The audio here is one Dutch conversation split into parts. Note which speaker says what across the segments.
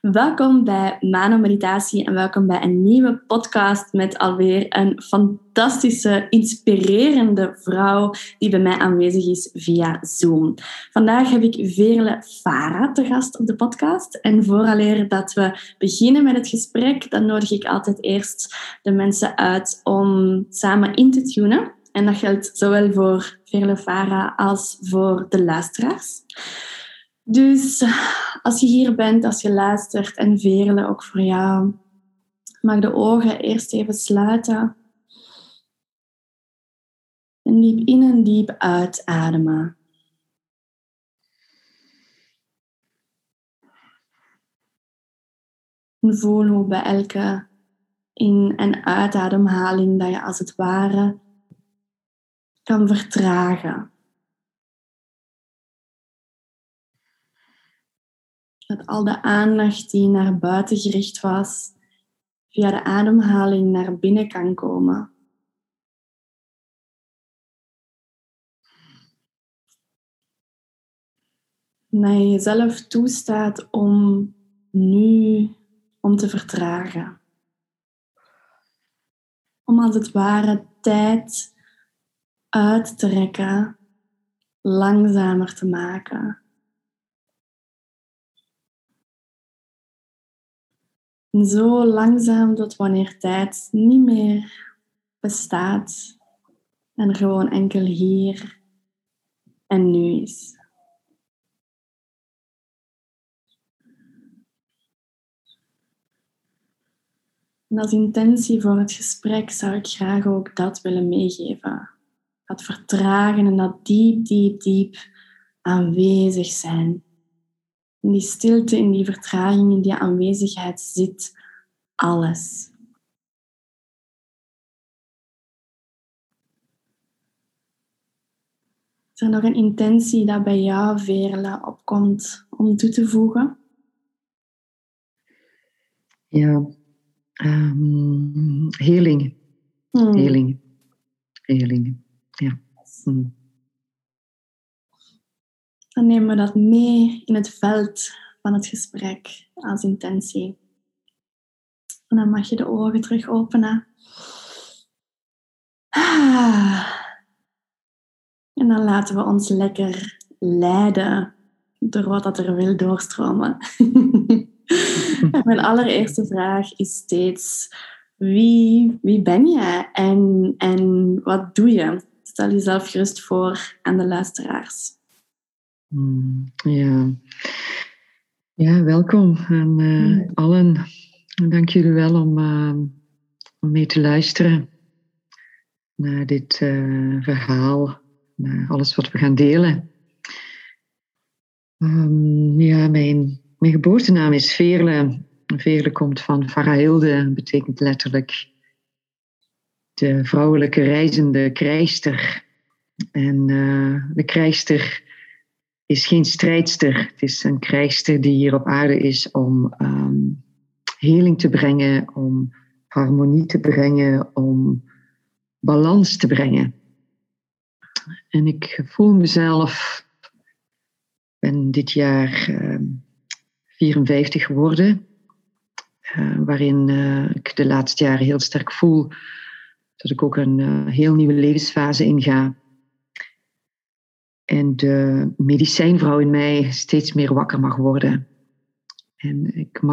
Speaker 1: Welkom bij Mano Meditatie en welkom bij een nieuwe podcast met alweer een fantastische, inspirerende vrouw die bij mij aanwezig is via Zoom. Vandaag heb ik Veerle Farah te gast op de podcast. En vooraleer dat we beginnen met het gesprek, dan nodig ik altijd eerst de mensen uit om samen in te tunen. En dat geldt zowel voor Veerle Farah als voor de luisteraars. Dus als je hier bent, als je luistert en Veerle ook voor jou, mag de ogen eerst even sluiten. En diep in en diep uitademen. En voel hoe bij elke in- en uitademhaling dat je als het ware kan vertragen. Dat al de aandacht die naar buiten gericht was, via de ademhaling naar binnen kan komen. En dat je jezelf toestaat om nu te vertragen. Om als het ware tijd uit te rekken, langzamer te maken. En zo langzaam tot wanneer tijd niet meer bestaat en er gewoon enkel hier en nu is. En als intentie voor het gesprek zou ik graag ook dat willen meegeven. Dat vertragen en dat diep aanwezig zijn. In die stilte, in die vertraging, in die aanwezigheid zit alles. Is er nog een intentie dat bij jou, Veerle, opkomt om toe te voegen?
Speaker 2: Ja, healing. Healing. Ja.
Speaker 1: Dan nemen we dat mee in het veld van het gesprek als intentie. En dan mag je de ogen terug openen. En dan laten we ons lekker leiden door wat dat er wil doorstromen. Mijn allereerste vraag is steeds: wie ben je en wat doe je? Stel jezelf gerust voor aan de luisteraars.
Speaker 2: Ja, welkom aan allen. Dank jullie wel om mee te luisteren naar dit verhaal, naar alles wat we gaan delen. Mijn geboortenaam is Veerle. Veerle komt van Farahilde, betekent letterlijk de vrouwelijke reizende krijgster. En de krijgster is geen strijdster. Het is een krijgster die hier op aarde is om heling te brengen, om harmonie te brengen, om balans te brengen. En ik voel mezelf, ik ben dit jaar 54 geworden, waarin ik de laatste jaren heel sterk voel dat ik ook een heel nieuwe levensfase inga. En de medicijnvrouw in mij steeds meer wakker mag worden. En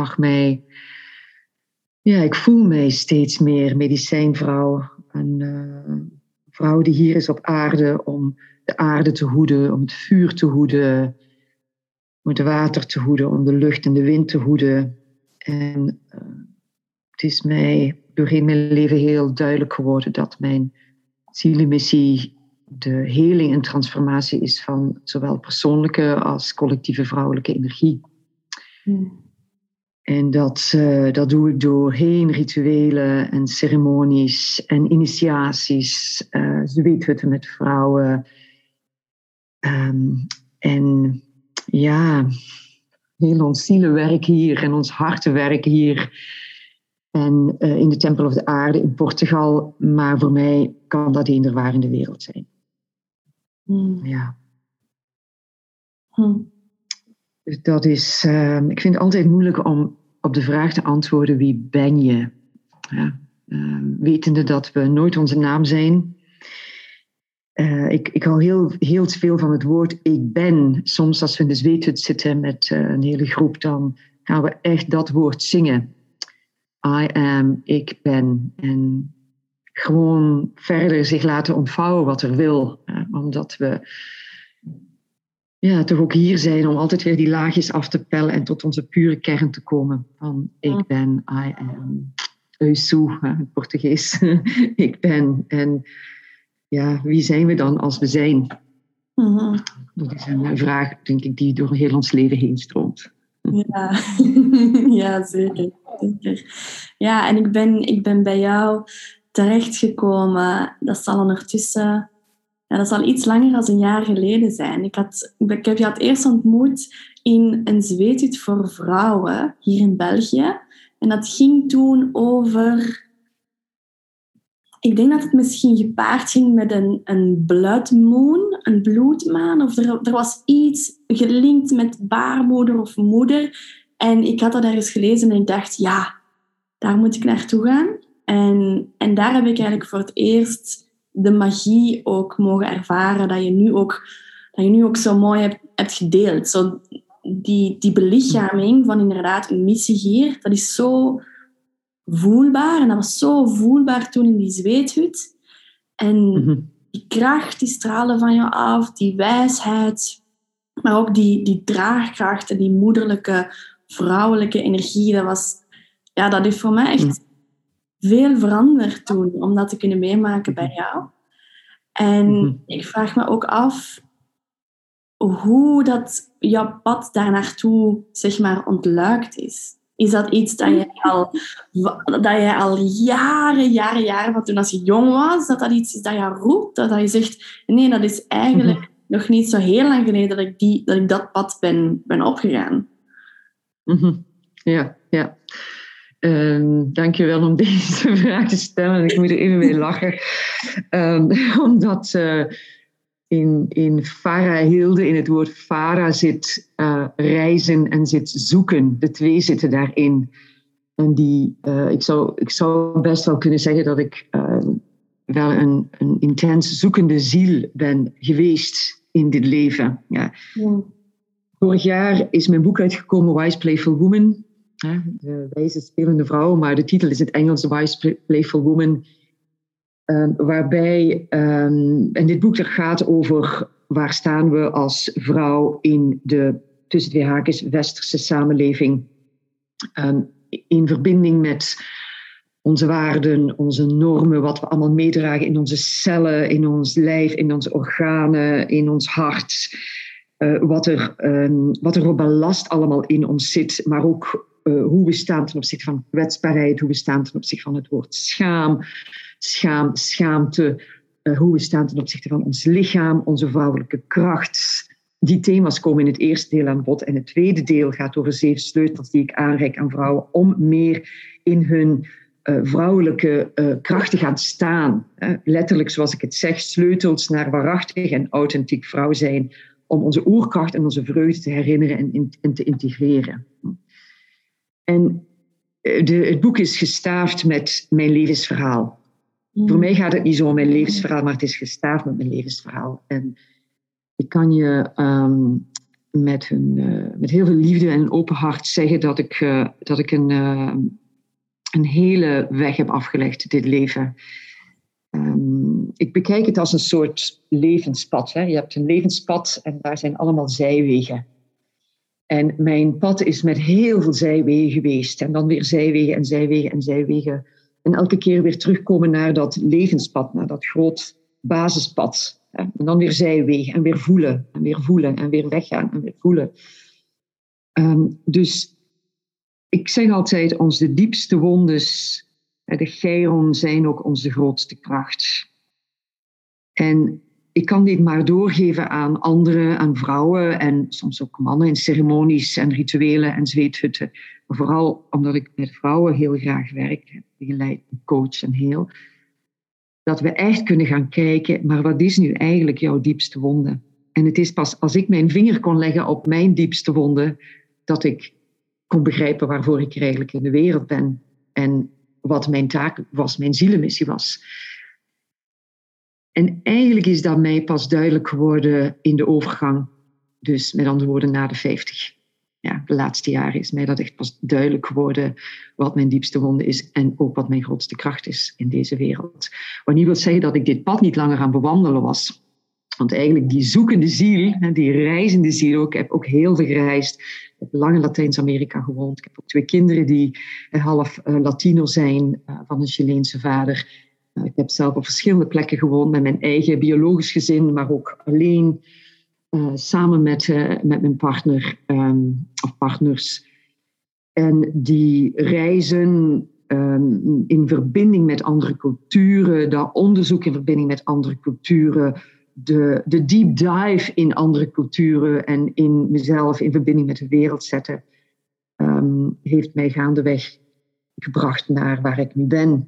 Speaker 2: ik voel mij steeds meer medicijnvrouw. Een vrouw die hier is op aarde om de aarde te hoeden, om het vuur te hoeden, om het water te hoeden, om de lucht en de wind te hoeden. En het is mij doorheen mijn leven heel duidelijk geworden dat mijn zielemissie de heling en transformatie is van zowel persoonlijke als collectieve vrouwelijke energie. En dat doe ik doorheen rituelen en ceremonies en initiaties, zweethutten met vrouwen. En ja, heel ons zielenwerk hier en ons hartenwerk hier. En in de Tempel of de Aarde in Portugal. Maar voor mij kan dat eender waar in de wereld zijn. Ja. Dus dat is... ik vind het altijd moeilijk om op de vraag te antwoorden, wie ben je? Ja, wetende dat we nooit onze naam zijn. Ik hou heel veel van het woord ik ben. Soms als we in de zweethut zitten met een hele groep, dan gaan we echt dat woord zingen. I am, ik ben. En gewoon verder zich laten ontvouwen wat er wil. Omdat we toch ook hier zijn om altijd weer die laagjes af te pellen en tot onze pure kern te komen. Van ik ben, I am, eu sou, het Portugees. Ik ben. En ja, wie zijn we dan als we zijn? Mm-hmm. Dat is een vraag, denk ik, die door heel ons leven heen stroomt.
Speaker 1: Ja, ja zeker. Ja, en ik ben bij jou terechtgekomen. Dat zal ondertussen... Ja, dat zal iets langer dan een jaar geleden zijn. Ik heb je het eerst ontmoet in een zweethut voor vrouwen hier in België. En dat ging toen over... Ik denk dat het misschien gepaard ging met een blood moon, een bloedmaan. Of er was iets gelinkt met baarmoeder of moeder. En ik had dat ergens gelezen en ik dacht, ja, daar moet ik naartoe gaan. En daar heb ik eigenlijk voor het eerst de magie ook mogen ervaren. Dat je nu ook zo mooi hebt gedeeld. Zo die belichaming van inderdaad een missie hier, dat is zo... voelbaar. En dat was zo voelbaar toen in die zweethut. En die kracht, die stralen van je af, die wijsheid, maar ook die draagkracht en die moederlijke, vrouwelijke energie. Dat heeft voor mij echt veel veranderd toen, om dat te kunnen meemaken bij jou. En ik vraag me ook af hoe dat jouw pad daar naartoe, zeg maar, ontluikt is. Is dat iets dat jij al jaren, van toen als je jong was, dat iets is dat je roept? Dat je zegt, nee, dat is eigenlijk nog niet zo heel lang geleden dat ik dat pad ben opgegaan.
Speaker 2: Ja. Dank je wel om deze vraag te stellen. Ik moet er even mee lachen. Omdat in Farahilde, in het woord Fara, zit reizen en zit zoeken. De twee zitten daarin. En ik zou best wel kunnen zeggen dat ik wel een intens zoekende ziel ben geweest in dit leven. Ja. Vorig jaar is mijn boek uitgekomen, Wise Playful Woman. De wijze spelende vrouw, maar de titel is in het Engels The Wise Playful Woman. Waarbij, en dit boek gaat over waar staan we als vrouw in de, tussen twee haakjes, westerse samenleving. In verbinding met onze waarden, onze normen, wat we allemaal meedragen in onze cellen, in ons lijf, in onze organen, in ons hart. Wat er voor ballast allemaal in ons zit, maar ook hoe we staan ten opzichte van kwetsbaarheid, hoe we staan ten opzichte van het woord schaamte, hoe we staan ten opzichte van ons lichaam, onze vrouwelijke kracht. Die thema's komen in het eerste deel aan bod. En het tweede deel gaat over 7 sleutels die ik aanreik aan vrouwen om meer in hun vrouwelijke kracht te gaan staan. Letterlijk, zoals ik het zeg, sleutels naar waarachtig en authentiek vrouw zijn, om onze oerkracht en onze vreugde te herinneren en te integreren. En het boek is gestaafd met mijn levensverhaal. Voor mij gaat het niet zo om mijn levensverhaal, maar het is gestaafd met mijn levensverhaal. En ik kan je met heel veel liefde en een open hart zeggen dat ik een hele weg heb afgelegd, dit leven. Ik bekijk het als een soort levenspad. Hè. Je hebt een levenspad en daar zijn allemaal zijwegen. En mijn pad is met heel veel zijwegen geweest. En dan weer zijwegen en zijwegen en zijwegen. En elke keer weer terugkomen naar dat levenspad, naar dat groot basispad. En dan weer zijwegen en weer voelen en weer voelen en weer weggaan en weer voelen. Dus ik zeg altijd, onze diepste wondes, de Chiron, zijn ook onze grootste kracht. En ik kan dit maar doorgeven aan anderen, aan vrouwen en soms ook mannen in ceremonies en rituelen en zweethutten. Maar vooral omdat ik met vrouwen heel graag werk, begeleid, coach en heel. Dat we echt kunnen gaan kijken, maar wat is nu eigenlijk jouw diepste wonde? En het is pas als ik mijn vinger kon leggen op mijn diepste wonde, dat ik kon begrijpen waarvoor ik er eigenlijk in de wereld ben. En wat mijn taak was, mijn zielenmissie was. En eigenlijk is dat mij pas duidelijk geworden in de overgang. Dus met andere woorden na de 50. Ja, de laatste jaren is mij dat echt pas duidelijk geworden wat mijn diepste wonde is en ook wat mijn grootste kracht is in deze wereld. Wat niet wil zeggen dat ik dit pad niet langer aan bewandelen was. Want eigenlijk die zoekende ziel, die reizende ziel ook, ik heb ook heel veel gereisd. Ik heb lang in Latijns-Amerika gewoond. Ik heb ook 2 kinderen die half Latino zijn, van een Chileense vader. Ik heb zelf op verschillende plekken gewoond met mijn eigen biologisch gezin, maar ook alleen, samen met mijn partner of partners. En die reizen in verbinding met andere culturen, dat onderzoek in verbinding met andere culturen, de deep dive in andere culturen en in mezelf in verbinding met de wereld zetten, heeft mij gaandeweg gebracht naar waar ik nu ben.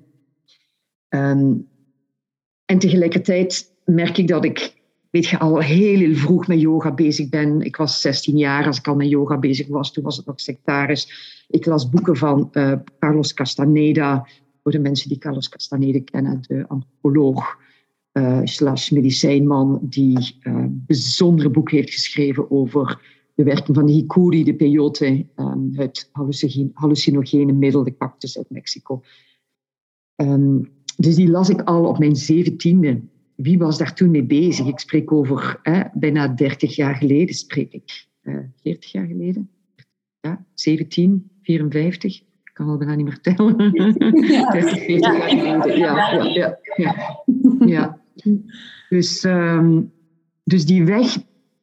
Speaker 2: En tegelijkertijd merk ik dat ik, al heel vroeg met yoga bezig ben. Ik was 16 jaar als ik al met yoga bezig was. Toen was het nog sectarisch. Ik las boeken van Carlos Castaneda. Voor de mensen die Carlos Castaneda kennen, de antropoloog / medicijnman, die bijzondere boek heeft geschreven over de werking van de hikuri, de peyote, het hallucinogene middel, de cactus uit Mexico. Dus die las ik al op mijn 17e. Wie was daar toen mee bezig? Ik spreek over bijna 30 jaar geleden, 40 jaar geleden. Ja, 17, 54. Ik kan al bijna niet meer tellen. 30, 40 jaar geleden. Ja. Dus die weg,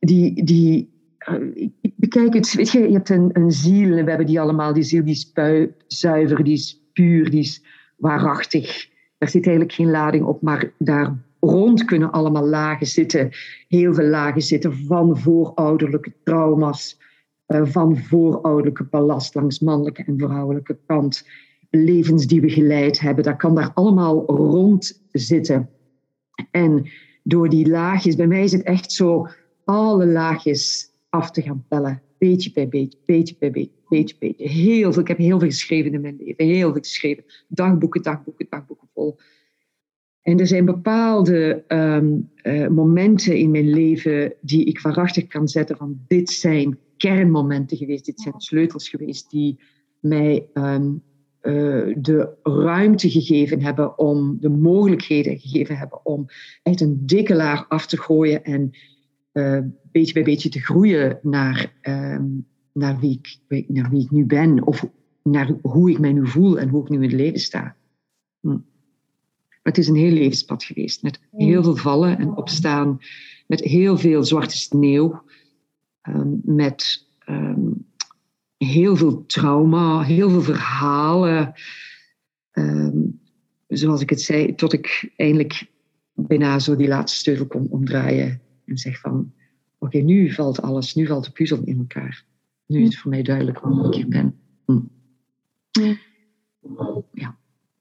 Speaker 2: ik bekijk het, weet je hebt een ziel, en we hebben die allemaal, die ziel die is zuiver, die is puur, die is waarachtig. Daar zit eigenlijk geen lading op, maar daar rond kunnen allemaal lagen zitten. Heel veel lagen zitten van voorouderlijke trauma's, van voorouderlijke ballast langs mannelijke en vrouwelijke kant. Levens die we geleid hebben, dat kan daar allemaal rond zitten. En door die laagjes, bij mij is het echt zo, alle laagjes af te gaan tellen. Beetje bij beetje, beetje bij beetje, beetje bij beetje. Heel veel, ik heb heel veel geschreven in mijn leven, heel veel geschreven. Dagboeken vol. En er zijn bepaalde momenten in mijn leven die ik waarachtig kan zetten van dit zijn kernmomenten geweest, dit zijn sleutels geweest die mij de ruimte gegeven hebben om, de mogelijkheden gegeven hebben om echt een dikke laag af te gooien en beetje bij beetje te groeien naar wie ik nu ben of naar hoe ik mij nu voel en hoe ik nu in het leven sta. Het is een heel levenspad geweest, met heel veel vallen en opstaan, met heel veel zwarte sneeuw, met heel veel trauma, heel veel verhalen. Zoals ik het zei, tot ik eindelijk bijna zo die laatste sleutel kon omdraaien en zeg van, oké, nu valt alles, nu valt de puzzel in elkaar. Nu is het voor mij duidelijk waarom ik hier ben. Ja.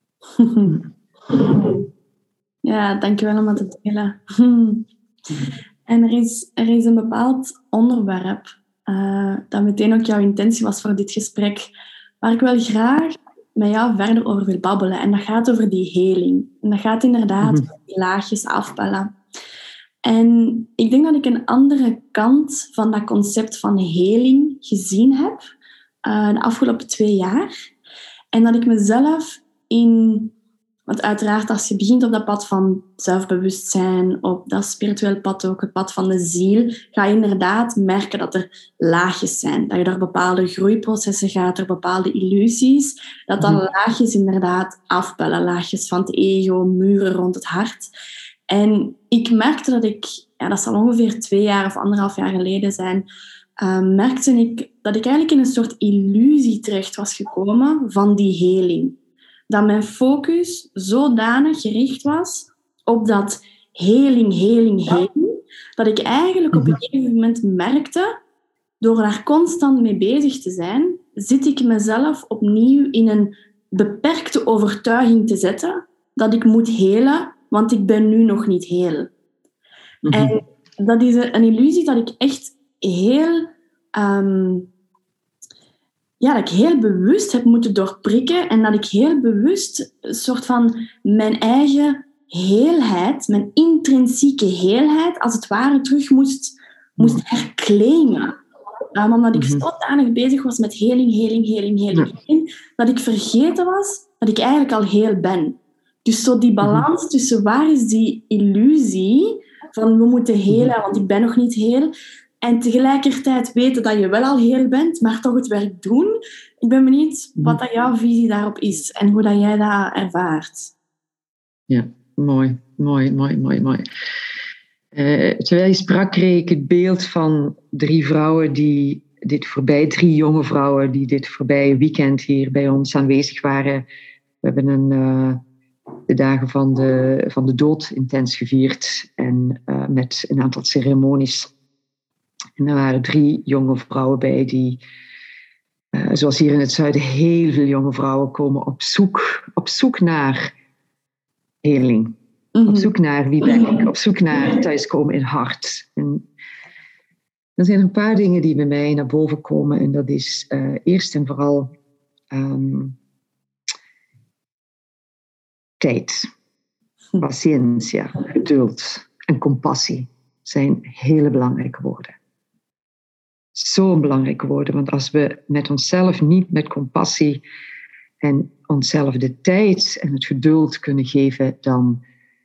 Speaker 1: Ja, dankjewel om dat te delen. En er is een bepaald onderwerp dat meteen ook jouw intentie was voor dit gesprek, waar ik wel graag met jou verder over wil babbelen. En dat gaat over die heling. En dat gaat inderdaad over die laagjes afpellen. En ik denk dat ik een andere kant van dat concept van heling gezien heb de afgelopen 2 jaar. En dat ik mezelf want uiteraard, als je begint op dat pad van zelfbewustzijn, op dat spiritueel pad ook, het pad van de ziel, ga je inderdaad merken dat er laagjes zijn. Dat je door bepaalde groeiprocessen gaat, door bepaalde illusies. Dat dan laagjes inderdaad afpellen. Laagjes van het ego, muren rond het hart. En ik merkte dat dat zal ongeveer 2 jaar of 1,5 jaar geleden zijn, merkte ik dat ik eigenlijk in een soort illusie terecht was gekomen van die heling. Dat mijn focus zodanig gericht was op dat heling, dat ik eigenlijk op een gegeven moment merkte, door daar constant mee bezig te zijn, zit ik mezelf opnieuw in een beperkte overtuiging te zetten dat ik moet helen, want ik ben nu nog niet heel. En dat is een illusie dat ik echt heel dat ik heel bewust heb moeten doorprikken en dat ik heel bewust een soort van mijn eigen heelheid, mijn intrinsieke heelheid, als het ware terug moest herclaimen. Omdat ik zodanig bezig was met heling, dat ik vergeten was dat ik eigenlijk al heel ben. Dus zo die balans tussen waar is die illusie van we moeten helen, want ik ben nog niet heel, en tegelijkertijd weten dat je wel al heel bent, maar toch het werk doen. Ik ben benieuwd wat dat jouw visie daarop is en hoe dat jij dat ervaart.
Speaker 2: Ja, mooi. Terwijl je sprak, kreeg ik het beeld van drie jonge vrouwen die dit voorbije weekend hier bij ons aanwezig waren. We hebben de dagen van de dood intens gevierd en met een aantal ceremonies. En er waren 3 jonge vrouwen bij die, zoals hier in het zuiden, heel veel jonge vrouwen komen op zoek naar heling. Op zoek naar wie ben ik, op zoek naar thuiskomen in hart. En er zijn een paar dingen die bij mij naar boven komen. En dat is eerst en vooral tijd, patiëntia, geduld en compassie zijn hele belangrijke woorden. Zo'n belangrijke woorden, want als we met onszelf niet met compassie en onszelf de tijd en het geduld kunnen geven, dan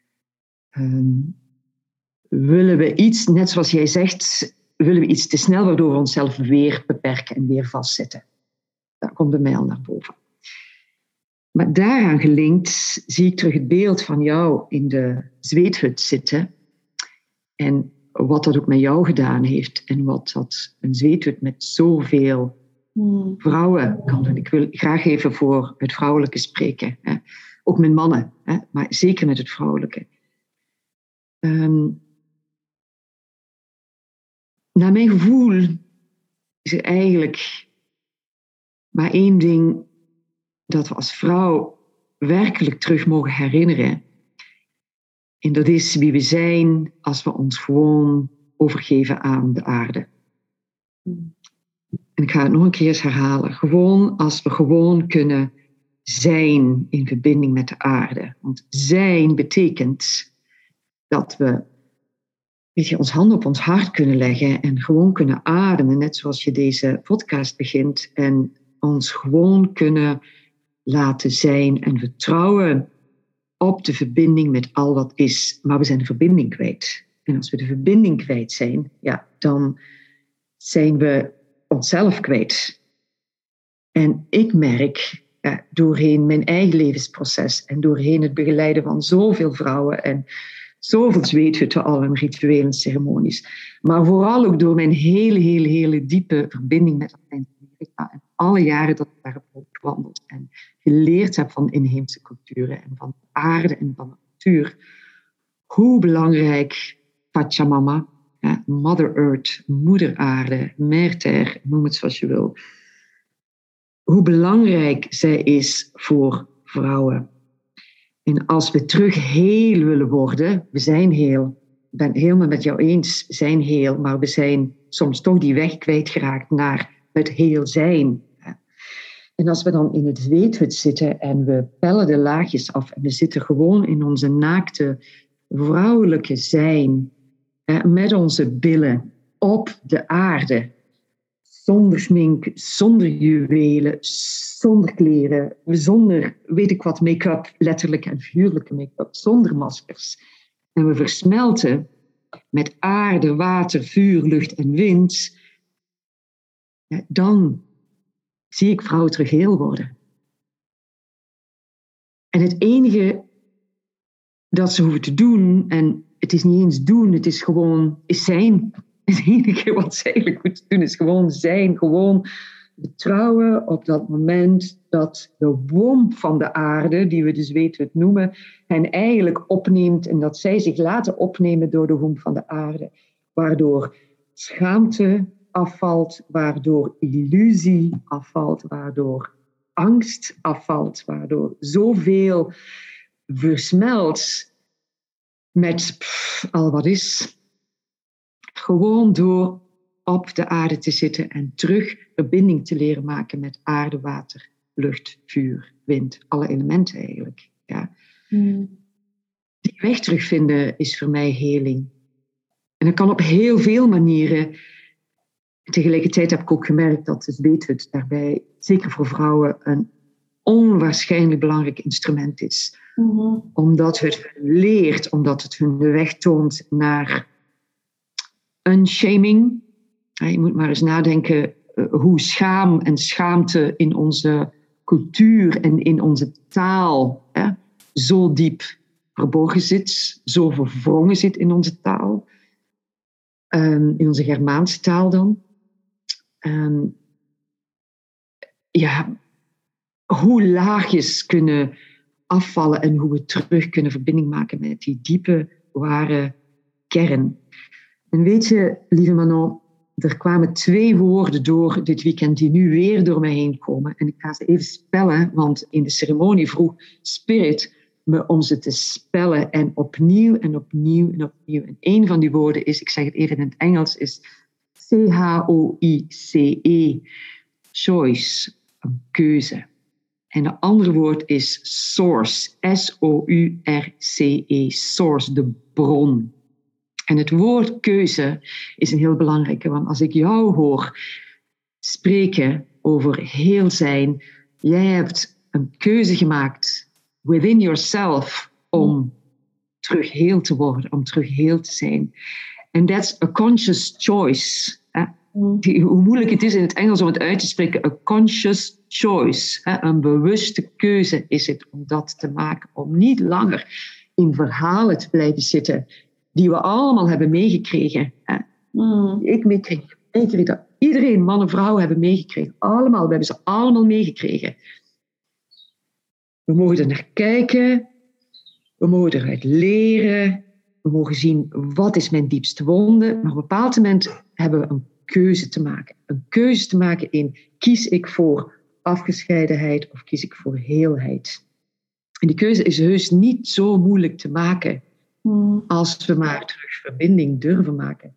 Speaker 2: willen we iets, net zoals jij zegt, willen we iets te snel, waardoor we onszelf weer beperken en weer vastzetten. Dat komt bij mij al naar boven. Maar daaraan gelinkt zie ik terug het beeld van jou in de zweethut zitten en wat dat ook met jou gedaan heeft en wat dat een zweethut met zoveel vrouwen kan doen. Ik wil graag even voor het vrouwelijke spreken. Hè. Ook met mannen, hè, maar zeker met het vrouwelijke. Naar mijn gevoel is er eigenlijk maar één ding dat we als vrouw werkelijk terug mogen herinneren. En dat is wie we zijn als we ons gewoon overgeven aan de aarde. En ik ga het nog een keer eens herhalen. Gewoon als we gewoon kunnen zijn in verbinding met de aarde. Want zijn betekent dat we ons hand op ons hart kunnen leggen en gewoon kunnen ademen, net zoals je deze podcast begint, en ons gewoon kunnen laten zijn en vertrouwen op de verbinding met al wat is. Maar we zijn de verbinding kwijt. En als we de verbinding kwijt zijn, ja, dan zijn we onszelf kwijt. En ik merk doorheen mijn eigen levensproces en doorheen het begeleiden van zoveel vrouwen en zoveel zweethutten al en rituelen ceremonies, maar vooral ook door mijn hele diepe verbinding met Latijns-Amerika en alle jaren dat ik daar heb gewandeld en geleerd heb van inheemse culturen en van aarde en van natuur, hoe belangrijk Pachamama, Mother Earth, Moeder Aarde, Mère Terre, noem het zoals je wil, hoe belangrijk zij is voor vrouwen. En als we terug heel willen worden, we zijn heel, ik ben het helemaal met jou eens, zijn heel, maar we zijn soms toch die weg kwijtgeraakt naar het heel zijn. En als we dan in het zweethut zitten en we pellen de laagjes af en we zitten gewoon in onze naakte vrouwelijke zijn, met onze billen op de aarde, zonder smink, zonder juwelen, zonder kleren, zonder weet ik wat make-up, letterlijke en figuurlijke make-up, zonder maskers. En we versmelten met aarde, water, vuur, lucht en wind. Dan zie ik vrouwen terug heel worden. En het enige dat ze hoeven te doen, en het is niet eens doen, het is gewoon is zijn. Het enige wat ze eigenlijk moeten doen is gewoon zijn. Gewoon vertrouwen op dat moment dat de womb van de aarde, die we dus weten het noemen, hen eigenlijk opneemt en dat zij zich laten opnemen door de womb van de aarde. Waardoor schaamte afvalt, waardoor illusie afvalt, waardoor angst afvalt, waardoor zoveel versmelt met al wat is. Gewoon door op de aarde te zitten en terug verbinding te leren maken met aarde, water, lucht, vuur, wind, alle elementen eigenlijk. Ja. Die weg terugvinden is voor mij heling. En dat kan op heel veel manieren. Tegelijkertijd heb ik ook gemerkt dat het weethut daarbij, zeker voor vrouwen, een onwaarschijnlijk belangrijk instrument is. Omdat het hun leert, omdat het hun de weg toont naar unshaming. Je moet maar eens nadenken hoe schaam en schaamte in onze cultuur en in onze taal zo diep verborgen zit, zo verwrongen zit in onze taal. In onze Germaanse taal dan. Hoe laagjes kunnen afvallen en hoe we terug kunnen verbinding maken met die diepe, ware kern. En weet je, lieve Manon, er kwamen 2 woorden door dit weekend die nu weer door mij heen komen. En ik ga ze even spellen, want in de ceremonie vroeg Spirit me om ze te spellen. En opnieuw en opnieuw en opnieuw. En een van die woorden is, ik zeg het even in het Engels, is CHOICE. Choice, een keuze. En het andere woord is source, SOURCE, source, de bron. En het woord keuze is een heel belangrijke, want als ik jou hoor spreken over heel zijn, jij hebt een keuze gemaakt within yourself om terug heel te worden, om terug heel te zijn. And that's a conscious choice. Hoe moeilijk het is in het Engels om het uit te spreken, a conscious choice. Een bewuste keuze is het om dat te maken, om niet langer in verhalen te blijven zitten die we allemaal hebben meegekregen. Ik meekregen, dat iedereen, man en vrouw, hebben meegekregen. Allemaal, we hebben ze allemaal meegekregen. We mogen er naar kijken, we mogen eruit leren, we mogen zien wat is mijn diepste wonde. Maar op een bepaald moment hebben we een keuze te maken. Een keuze te maken in, kies ik voor afgescheidenheid of kies ik voor heelheid? En die keuze is heus niet zo moeilijk te maken als we maar terug verbinding durven maken.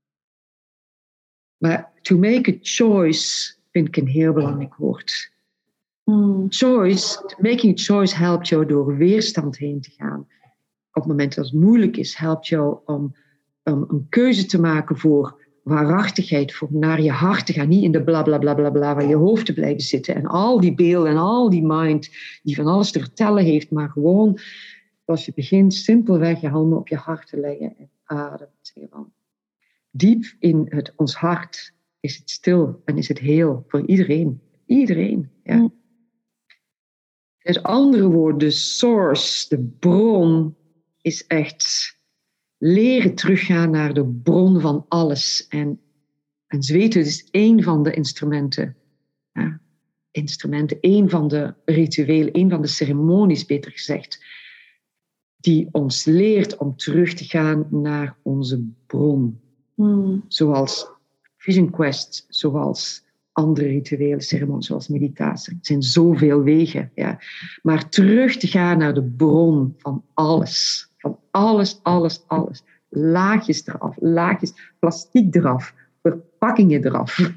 Speaker 2: Maar to make a choice vind ik een heel belangrijk woord. Choice, making a choice helpt jou door weerstand heen te gaan. Op het moment dat het moeilijk is, helpt jou om een keuze te maken voor waarachtigheid, voor naar je hart te gaan. Niet in de bla bla bla bla bla van je hoofd te blijven zitten. En al die beelden en al die mind die van alles te vertellen heeft. Maar gewoon, als je begint, simpelweg je handen op je hart te leggen en ademen. Diep in ons hart is het stil en is het heel voor iedereen. Iedereen, ja. Het andere woord, de source, de bron, is echt leren teruggaan naar de bron van alles. En zweethut is één van de instrumenten. Ja, één van de rituelen, één van de ceremonies, beter gezegd, die ons leert om terug te gaan naar onze bron. Zoals Vision Quest, zoals andere rituele ceremonies, zoals meditatie. Er zijn zoveel wegen. Ja. Maar terug te gaan naar de bron van alles. Van alles, alles, alles. Laagjes eraf, laagjes plastiek eraf, verpakkingen eraf.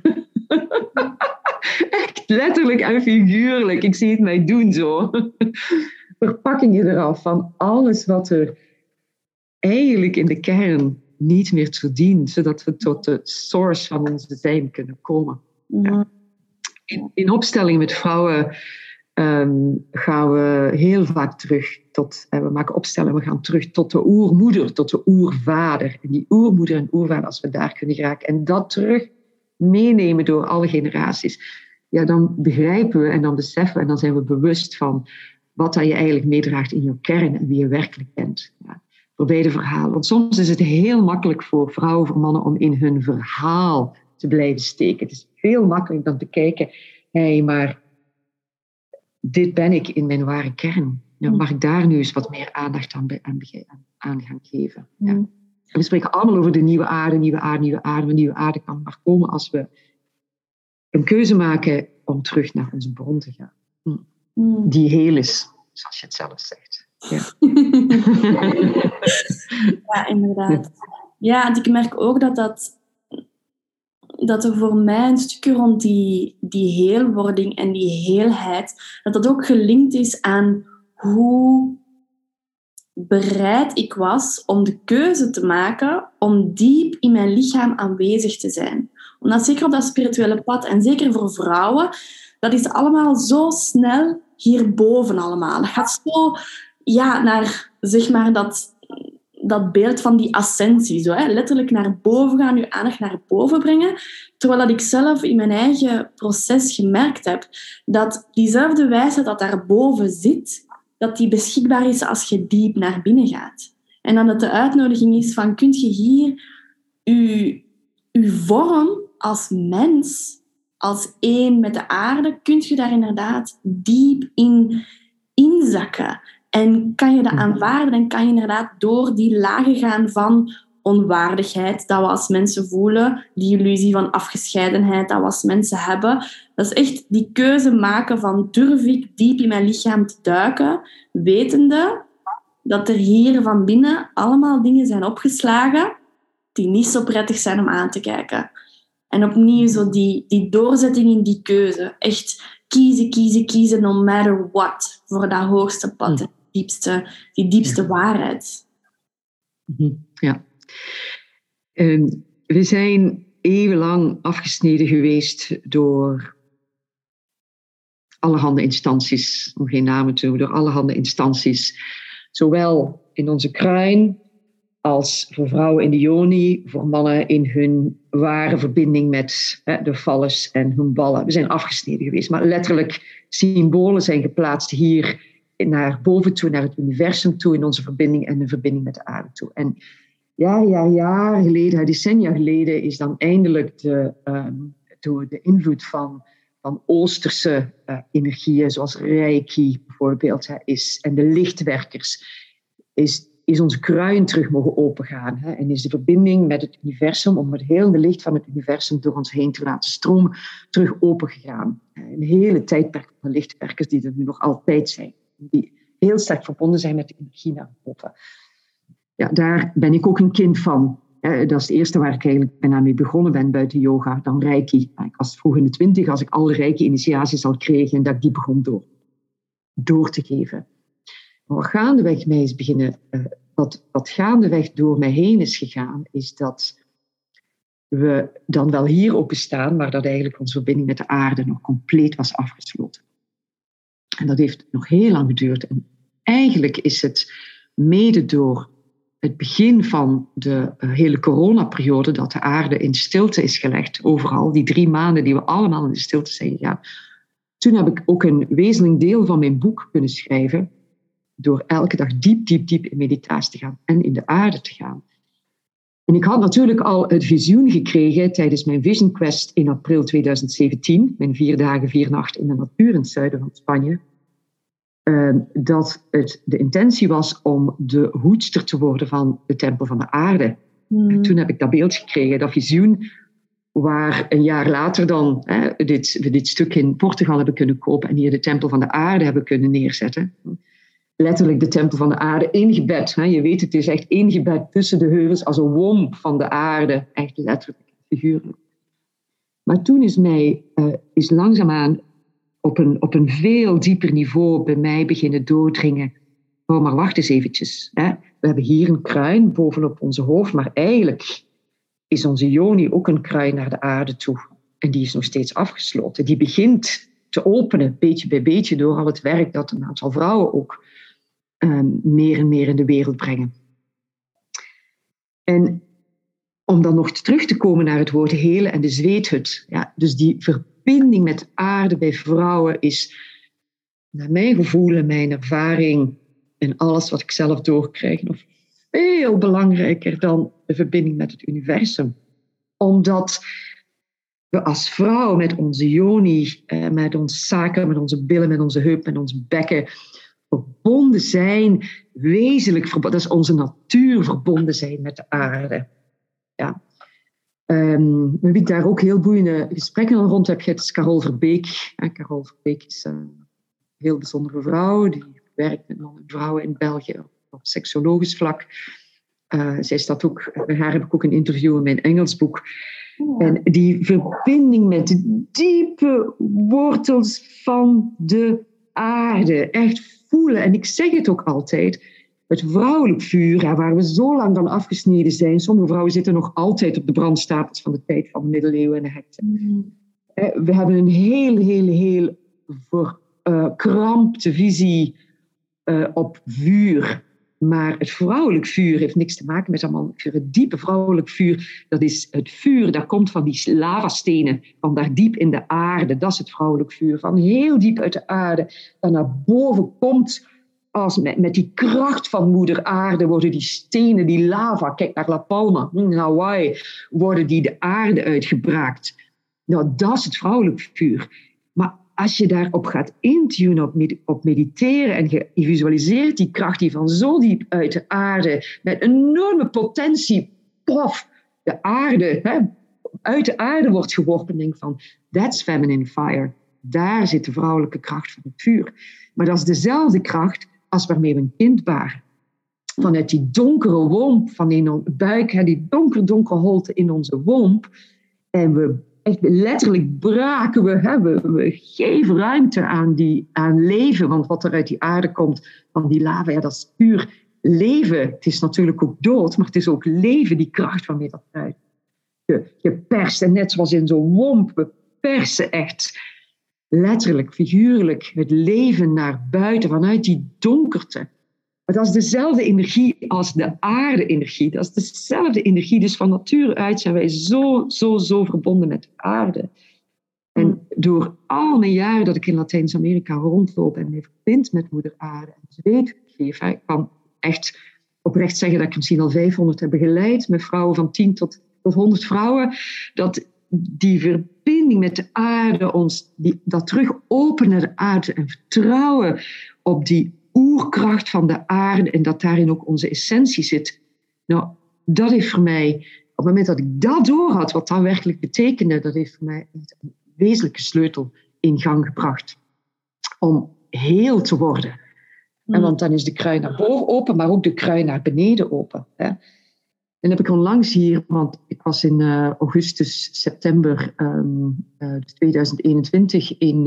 Speaker 2: Echt letterlijk en figuurlijk. Ik zie het mij doen zo. Verpakkingen eraf van alles wat er eigenlijk in de kern niet meer toe dient, zodat we tot de source van onze zijn kunnen komen. Ja. In opstellingen met vrouwen gaan we heel vaak terug tot, we maken opstellingen, we gaan terug tot de oermoeder, tot de oervader. En die oermoeder en oervader, als we daar kunnen geraken en dat terug meenemen door alle generaties, ja, dan begrijpen we en dan beseffen we en dan zijn we bewust van wat dat je eigenlijk meedraagt in je kern en wie je werkelijk bent. Ja. Voor beide verhalen. Want soms is het heel makkelijk voor vrouwen, voor mannen, om in hun verhaal te blijven steken. Het is veel makkelijker dan te kijken, maar dit ben ik in mijn ware kern. Nou, mag ik daar nu eens wat meer aandacht aan gaan geven? Ja. En we spreken allemaal over de nieuwe aarde, nieuwe aarde, nieuwe aarde. Maar nieuwe aarde kan maar komen als we een keuze maken om terug naar onze bron te gaan. Die heel is, zoals je het zelf zegt. Ja.
Speaker 1: Ja, inderdaad. Ja, en ik merk ook dat dat er voor mij een stukje rond die heelwording en die heelheid, dat ook gelinkt is aan hoe bereid ik was om de keuze te maken om diep in mijn lichaam aanwezig te zijn. Omdat zeker op dat spirituele pad, en zeker voor vrouwen, dat is allemaal zo snel hierboven allemaal. Dat gaat zo naar, zeg maar, dat beeld van die ascensie. Zo, hè? Letterlijk naar boven gaan, je aandacht naar boven brengen. Terwijl dat ik zelf in mijn eigen proces gemerkt heb dat diezelfde wijsheid dat daarboven zit, dat die beschikbaar is als je diep naar binnen gaat. En dan dat de uitnodiging is van, kun je hier je vorm als mens, als één met de aarde, kun je daar inderdaad diep in inzakken. En kan je dat aanvaarden en kan je inderdaad door die lagen gaan van onwaardigheid, dat we als mensen voelen, die illusie van afgescheidenheid, dat we als mensen hebben. Dat is echt die keuze maken van, durf ik diep in mijn lichaam te duiken, wetende dat er hier van binnen allemaal dingen zijn opgeslagen die niet zo prettig zijn om aan te kijken. En opnieuw zo die doorzetting in die keuze. Echt kiezen, no matter what, voor dat hoogste pad, die diepste waarheid.
Speaker 2: Ja. We zijn eeuwenlang afgesneden geweest door allerhande instanties, om geen namen te noemen, door allerhande instanties. Zowel in onze kruin als voor vrouwen in de yoni, voor mannen in hun ware verbinding met de vallers en hun ballen. We zijn afgesneden geweest, maar letterlijk symbolen zijn geplaatst hier naar boven toe, naar het universum toe, in onze verbinding en de verbinding met de aarde toe. En jaar geleden, decennia geleden, is dan eindelijk door de invloed van Oosterse energieën, zoals Reiki bijvoorbeeld, en de lichtwerkers, is onze kruin terug mogen opengaan. En is de verbinding met het universum, om het hele licht van het universum door ons heen te laten stromen, terug opengegaan. Een hele tijdperk van lichtwerkers die er nu nog altijd zijn. Die heel sterk verbonden zijn met de energie naar boven. Ja, daar ben ik ook een kind van. Dat is het eerste waar ik eigenlijk bijna mee begonnen ben buiten yoga, dan Reiki. Ik was vroeg in de 20, als ik alle Reiki-initiaties al kreeg en dat ik die begon door te geven. Maar wat gaandeweg mij is beginnen, wat gaandeweg door mij heen is gegaan, is dat we dan wel hier openstaan, maar dat eigenlijk onze verbinding met de aarde nog compleet was afgesloten. En dat heeft nog heel lang geduurd. En eigenlijk is het mede door het begin van de hele coronaperiode dat de aarde in stilte is gelegd, overal, die 3 maanden die we allemaal in de stilte zijn gegaan. Toen heb ik ook een wezenlijk deel van mijn boek kunnen schrijven, door elke dag diep in meditatie te gaan en in de aarde te gaan. En ik had natuurlijk al het visioen gekregen tijdens mijn Vision Quest in april 2017, mijn 4 dagen, 4 nachten in de natuur in het zuiden van Spanje, dat het de intentie was om de hoedster te worden van de tempel van de aarde. En toen heb ik dat beeld gekregen, dat visioen, waar een jaar later dan we dit stuk in Portugal hebben kunnen kopen en hier de tempel van de aarde hebben kunnen neerzetten. Letterlijk de tempel van de aarde ingebed. Je weet, het is echt ingebed tussen de heuvels als een womb van de aarde. Echt letterlijk, figuurlijk. Maar toen is langzaamaan op een veel dieper niveau bij mij beginnen doordringen. Oh, maar wacht eens eventjes. We hebben hier een kruin bovenop onze hoofd, maar eigenlijk is onze yoni ook een kruin naar de aarde toe. En die is nog steeds afgesloten. Die begint te openen, beetje bij beetje, door al het werk dat een aantal vrouwen ook meer en meer in de wereld brengen. En om dan nog terug te komen naar het woord helen en de zweethut. Ja, dus die verbinding met de aarde bij vrouwen is, naar mijn gevoel en mijn ervaring en alles wat ik zelf doorkrijg, nog veel belangrijker dan de verbinding met het universum. Omdat we als vrouw met onze yoni, met ons sacrum, met onze billen, met onze heup, met ons bekken, verbonden zijn, wezenlijk verbonden, dat is onze natuur, verbonden zijn met de aarde. Ja. Wie ik daar ook heel boeiende gesprekken al rond heb gehad, is Carol Verbeek. Carol Verbeek is een heel bijzondere vrouw, die werkt met mannen en vrouwen in België op seksologisch vlak. Zij staat ook, bij haar heb ik ook een interview in mijn Engels boek. En die verbinding met de diepe wortels van de aarde. Echt voelen. En ik zeg het ook altijd. Het vrouwelijk vuur, waar we zo lang van afgesneden zijn. Sommige vrouwen zitten nog altijd op de brandstapels van de tijd van de middeleeuwen en de hekte. We hebben een heel verkrampte visie op vuur. Maar het vrouwelijk vuur heeft niks te maken met dat mannelijk vuur. Het diepe vrouwelijk vuur, dat is het vuur dat komt van die lavastenen, van daar diep in de aarde. Dat is het vrouwelijk vuur, van heel diep uit de aarde. Dat naar boven komt als met die kracht van moeder aarde worden die stenen, die lava, kijk naar La Palma, in Hawaii, worden die de aarde uitgebraakt. Nou, dat is het vrouwelijk vuur. Maar als je daarop gaat intunen, op mediteren en je visualiseert die kracht die van zo diep uit de aarde, met enorme potentie, de aarde, uit de aarde wordt geworpen, denk van, that's feminine fire. Daar zit de vrouwelijke kracht van het vuur. Maar dat is dezelfde kracht als waarmee we een kind baren. Vanuit die donkere womb van in onze buik, die donkere holte in onze womb. En we echt letterlijk braken we geven ruimte aan leven. Want wat er uit die aarde komt, van die lava, dat is puur leven. Het is natuurlijk ook dood, maar het is ook leven, die kracht waarmee dat uit. Je perst, en net zoals in zo'n womb, we persen echt letterlijk, figuurlijk, het leven naar buiten, vanuit die donkerte. Maar dat is dezelfde energie als de aarde-energie. Dat is dezelfde energie. Dus van nature uit zijn wij zo verbonden met de aarde. En door al mijn jaren dat ik in Latijns-Amerika rondloop en me verbind met moeder aarde en zweet geef, ik kan echt oprecht zeggen dat ik misschien al 500 heb begeleid met vrouwen van 10 tot 100 vrouwen, dat die verbinding met de aarde ons, dat terug openen naar de aarde en vertrouwen op die oerkracht van de aarde en dat daarin ook onze essentie zit. Nou, dat heeft voor mij, op het moment dat ik dat doorhad, wat dat werkelijk betekende, dat heeft voor mij een wezenlijke sleutel in gang gebracht om heel te worden. En want dan is de krui naar boven open, maar ook de krui naar beneden open. Hè. En heb ik onlangs hier, want ik was in augustus, september 2021 in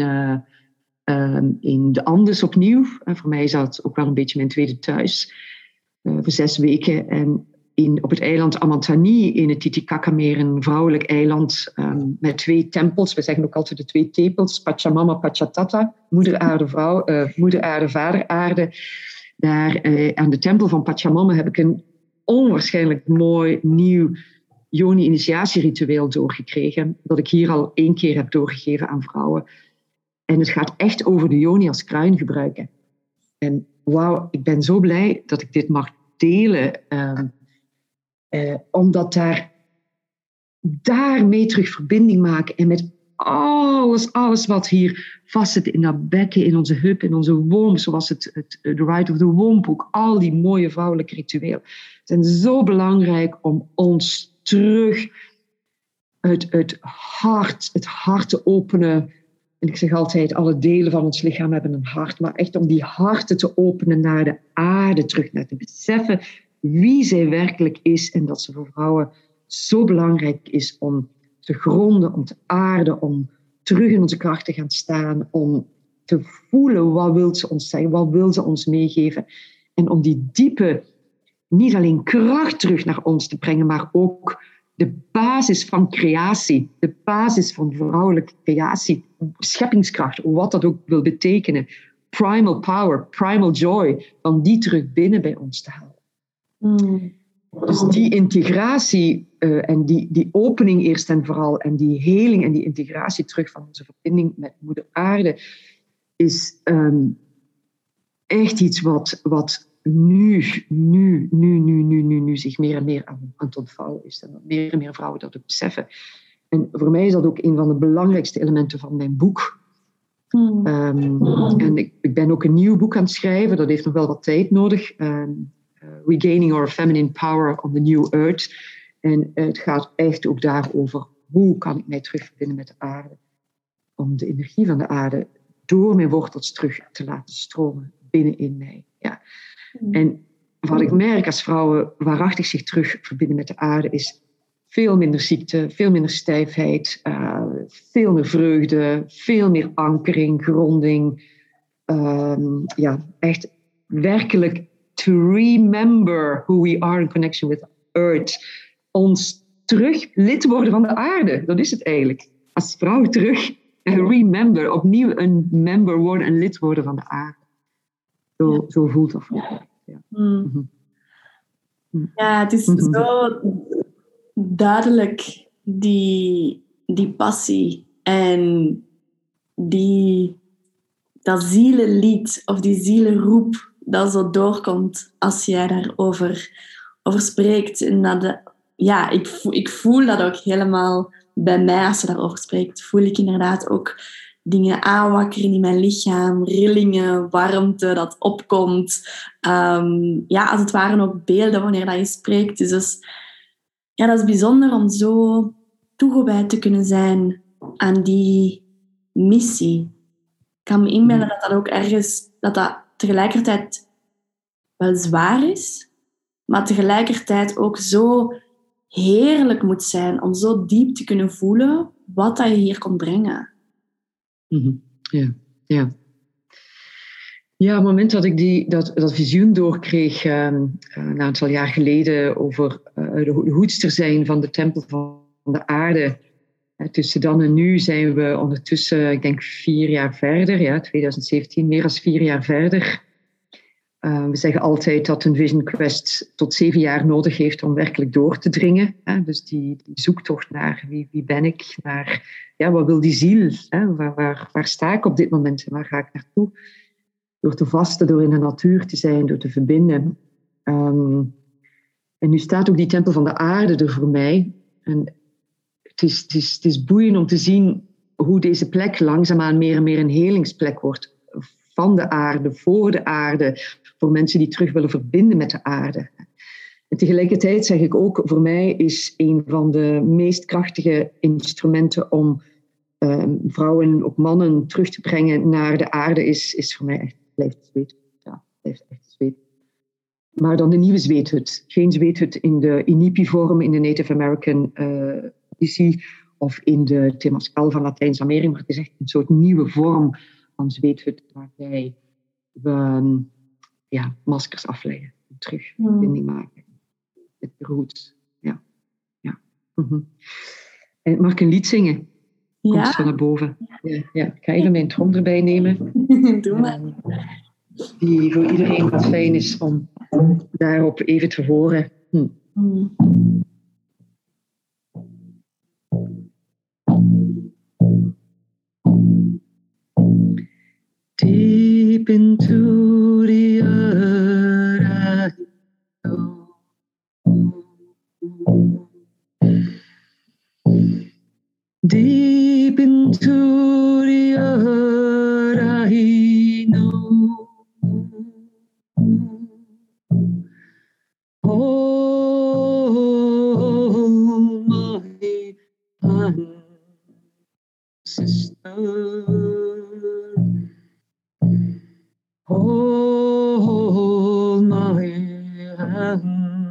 Speaker 2: de Andes opnieuw. Voor mij is dat ook wel een beetje mijn tweede thuis. Voor 6 weken. En op het eiland Amantani in het Titicacameer, een vrouwelijk eiland met 2 tempels. We zeggen ook altijd de 2 tepels. Pachamama, Pachatata. Moeder aarde, moeder aarde, vader aarde. Daar aan de tempel van Pachamama heb ik een onwaarschijnlijk mooi nieuw yoni-initiatieritueel doorgekregen. Dat ik hier al 1 keer heb doorgegeven aan vrouwen. En het gaat echt over de yoni als kruin gebruiken. En wauw, ik ben zo blij dat ik dit mag delen. Omdat daarmee terug verbinding maken. En met alles wat hier vastzit in dat bekken, in onze heup, in onze womb. Zoals the Rite of the Womb. Ook al die mooie vrouwelijke rituelen. Zijn zo belangrijk om ons terug het hart te openen. En ik zeg altijd, alle delen van ons lichaam hebben een hart. Maar echt om die harten te openen naar de aarde terug. Naar te beseffen wie zij werkelijk is. En dat ze voor vrouwen zo belangrijk is om te gronden, om te aarden. Om terug in onze kracht te gaan staan. Om te voelen wat wil ze ons zeggen. Wat wil ze ons meegeven. En om die diepe, niet alleen kracht terug naar ons te brengen. Maar ook de basis van creatie, de basis van vrouwelijke creatie, scheppingskracht, wat dat ook wil betekenen, primal power, primal joy, van die terug binnen bij ons te halen. Dus die integratie en die opening eerst en vooral, en die heling en die integratie terug van onze verbinding met moeder aarde, is echt iets wat nu zich meer en meer aan het ontvouwen is. En meer en meer vrouwen dat ook beseffen. En voor mij is dat ook een van de belangrijkste elementen van mijn boek. En ik ben ook een nieuw boek aan het schrijven. Dat heeft nog wel wat tijd nodig. Regaining Our Feminine Power on the New Earth. En het gaat echt ook daarover. Hoe kan ik mij terug verbinden met de aarde? Om de energie van de aarde door mijn wortels terug te laten stromen binnenin mij. Ja. En wat ik merk als vrouwen waarachtig zich terug verbinden met de aarde is veel minder ziekte, veel minder stijfheid, veel meer vreugde, veel meer ankering, gronding. Echt werkelijk to remember who we are in connection with Earth. Ons terug lid worden van de aarde. Dat is het eigenlijk. Als vrouw terug remember, opnieuw een member worden, een lid worden van de aarde. Zo voelt dat voor mij. Ja.
Speaker 1: Ja, het is zo duidelijk die passie en dat zielenlied of die zielenroep dat zo doorkomt als jij daarover spreekt. En ik voel dat ook helemaal bij mij als je daarover spreekt. Voel ik inderdaad ook dingen aanwakkeren in mijn lichaam, rillingen, warmte dat opkomt. Als het ware ook beelden wanneer dat je spreekt. Dus dat is bijzonder om zo toegewijd te kunnen zijn aan die missie. Ik kan me inbeelden dat ook ergens, dat tegelijkertijd wel zwaar is, maar tegelijkertijd ook zo heerlijk moet zijn om zo diep te kunnen voelen wat dat je hier komt brengen.
Speaker 2: Ja. Ja, op het moment dat ik dat visioen doorkreeg, een aantal jaar geleden, over de hoedster zijn van de tempel van de aarde. Tussen dan en nu zijn we ondertussen, ik denk 4 jaar verder, 2017, meer dan 4 jaar verder. We zeggen altijd dat een Vision Quest tot 7 jaar nodig heeft om werkelijk door te dringen. Dus die zoektocht naar wie ben ik, naar wat wil die ziel, waar sta ik op dit moment en waar ga ik naartoe? Door te vasten, door in de natuur te zijn, door te verbinden. En nu staat ook die tempel van de aarde er voor mij. En het is boeiend om te zien hoe deze plek langzaamaan meer en meer een helingsplek wordt. Van de aarde, voor de aarde. Voor mensen die terug willen verbinden met de aarde. En tegelijkertijd zeg ik ook, voor mij is een van de meest krachtige instrumenten om vrouwen, ook mannen, terug te brengen naar de aarde, is voor mij echt, blijft zweet. Ja, blijft echt zweet. Maar dan de nieuwe zweethut. Geen zweethut in de Inipi-vorm, in de Native American traditie, of in de Temascal van Latijns-Amerika. Maar het is echt een soort nieuwe vorm van zweethut, waarbij we maskers afleggen. Terug verbinding maken. Met de roots. Ja. En mag ik een lied zingen? Komt zo naar boven. Ja. Ik ga even mijn trom erbij nemen.
Speaker 1: Doe maar.
Speaker 2: Die voor iedereen wat fijn is om daarop even te horen. Deep into the earth I go. Deep into the earth I know. Oh, my ancestor. Hold my hand.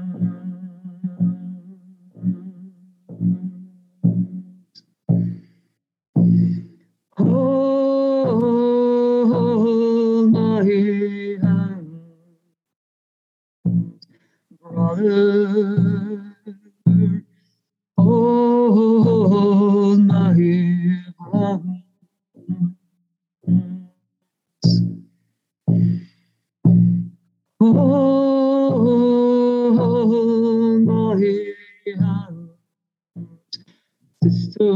Speaker 2: Hold my hand, brother. Hold my hand. Hold my hand, sister.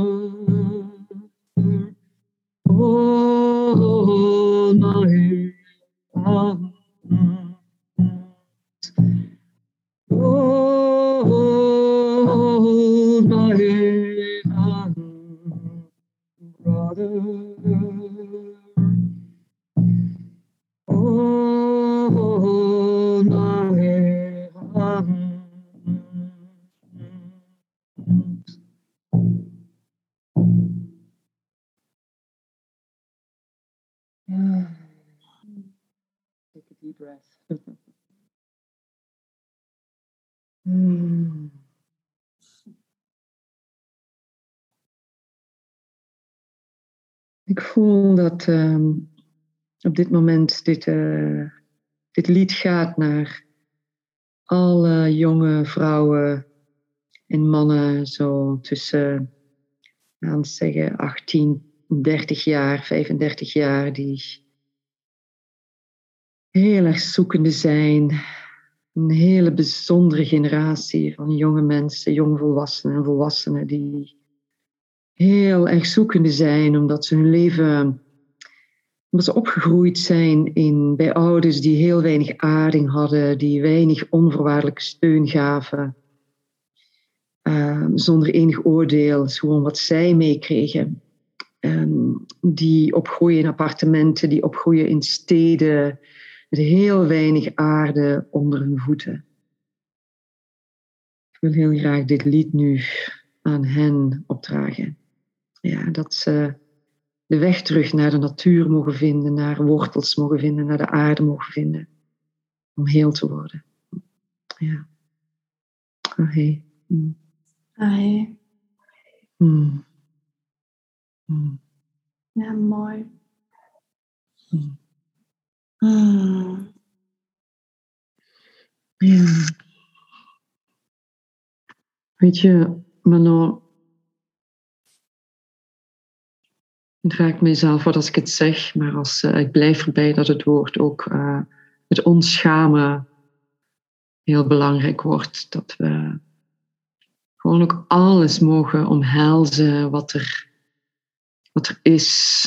Speaker 2: Hold my hand. Hold my hand, brother. Hold my hand. Take a deep breath. Ik voel dat op dit moment dit lied gaat naar alle jonge vrouwen en mannen zo tussen, aan zeggen, 18, 30 jaar, 35 jaar, die heel erg zoekende zijn. Een hele bijzondere generatie van jonge mensen, jongvolwassenen en volwassenen die heel erg zoekende zijn omdat ze hun leven, omdat ze opgegroeid zijn bij ouders die heel weinig aarding hadden, die weinig onvoorwaardelijke steun gaven, zonder enig oordeel, gewoon wat zij meekregen. Die opgroeien in appartementen, die opgroeien in steden, met heel weinig aarde onder hun voeten. Ik wil heel graag dit lied nu aan hen opdragen. Ja, dat ze de weg terug naar de natuur mogen vinden, naar wortels mogen vinden, naar de aarde mogen vinden. Om heel te worden. Ja. Ahé.
Speaker 1: Ahé. Ja, mooi.
Speaker 2: Ja. Weet je, Manon, het raakt mijzelf wat als ik het zeg, maar ik blijf erbij dat het woord ook het onschamen heel belangrijk wordt. Dat we gewoon ook alles mogen omhelzen wat er is.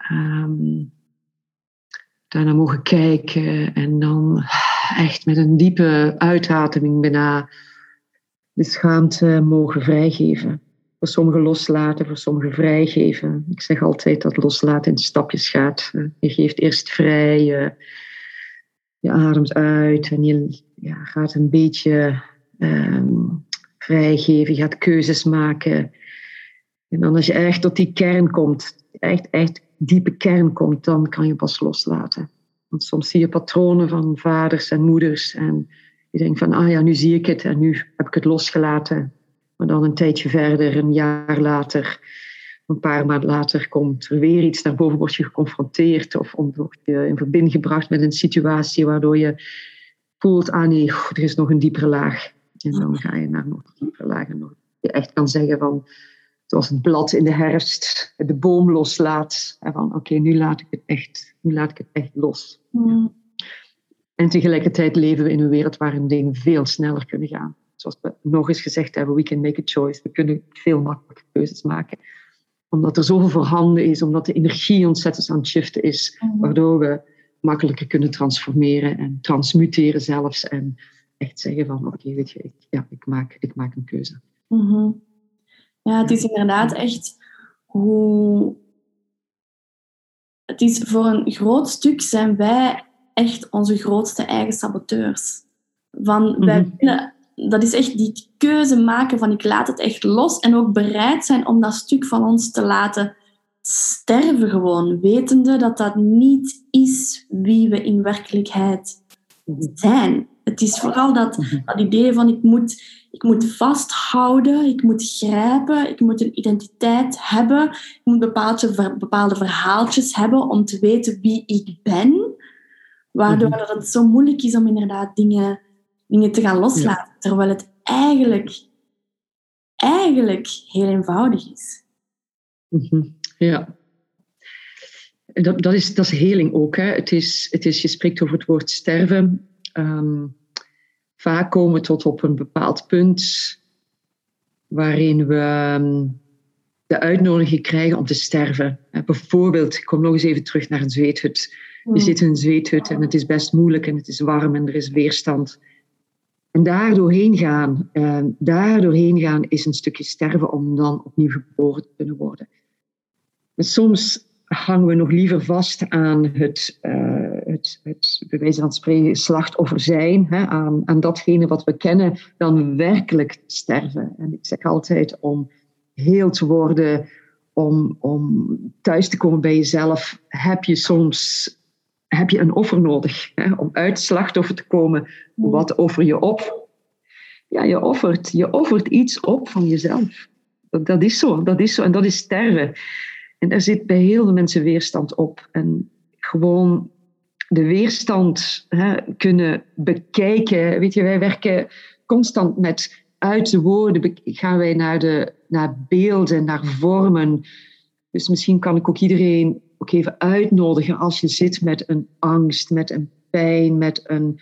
Speaker 2: Daarna mogen kijken en dan echt met een diepe uitademing bijna de schaamte mogen vrijgeven. Voor sommigen loslaten, voor sommigen vrijgeven. Ik zeg altijd dat loslaten in stapjes gaat. Je geeft eerst vrij, je ademt uit en je gaat een beetje vrijgeven. Je gaat keuzes maken. En dan als je echt tot die kern komt, echt diepe kern komt, dan kan je pas loslaten. Want soms zie je patronen van vaders en moeders en je denkt van, nu zie ik het en nu heb ik het losgelaten. Maar dan een tijdje verder, een jaar later, een paar maanden later, komt er weer iets naar boven, word je geconfronteerd of word je in verbinding gebracht met een situatie waardoor je voelt, nee, er is nog een diepere laag. En dan ga je naar nog een diepere laag en je echt kan zeggen van, zoals het blad in de herfst de boom loslaat. En van nu laat ik het echt los. Ja. En tegelijkertijd leven we in een wereld waarin dingen veel sneller kunnen gaan. Zoals we nog eens gezegd hebben, we can make a choice. We kunnen veel makkelijker keuzes maken. Omdat er zoveel voorhanden is, omdat de energie ontzettend aan het shiften is. Waardoor we makkelijker kunnen transformeren en transmuteren zelfs. En echt zeggen van, weet je, ik maak een keuze.
Speaker 1: Mm-hmm. Ja, het is inderdaad echt hoe... Het is voor een groot stuk zijn wij echt onze grootste eigen saboteurs. Wij willen, dat is echt die keuze maken van ik laat het echt los en ook bereid zijn om dat stuk van ons te laten sterven gewoon, wetende dat dat niet is wie we in werkelijkheid zijn. Het is vooral dat idee van ik moet vasthouden, ik moet grijpen, ik moet een identiteit hebben, ik moet bepaalde verhaaltjes hebben om te weten wie ik ben, waardoor dat het zo moeilijk is om inderdaad dingen te gaan loslaten, terwijl het eigenlijk heel eenvoudig is.
Speaker 2: Ja. Dat is heling ook. Hè. Het is, je spreekt over het woord sterven. Vaak komen we tot op een bepaald punt waarin we de uitnodiging krijgen om te sterven. Bijvoorbeeld, ik kom nog eens even terug naar een zweethut. Je zit in een zweethut en het is best moeilijk en het is warm en er is weerstand. En daar doorheen gaan is een stukje sterven om dan opnieuw geboren te kunnen worden. En soms hangen we nog liever vast aan het bij wijze van spreken, slachtoffer zijn, aan datgene wat we kennen, dan werkelijk sterven. En ik zeg altijd, om heel te worden, om thuis te komen bij jezelf, heb je een offer nodig. Om uit het slachtoffer te komen, wat offer je op? Ja, je offert iets op van jezelf. Dat is zo en dat is sterven. En er zit bij heel veel mensen weerstand op. En gewoon de weerstand kunnen bekijken. Weet je, wij werken constant met uit de woorden. Gaan wij naar beelden, naar vormen. Dus misschien kan ik ook iedereen ook even uitnodigen als je zit met een angst, met een pijn, met een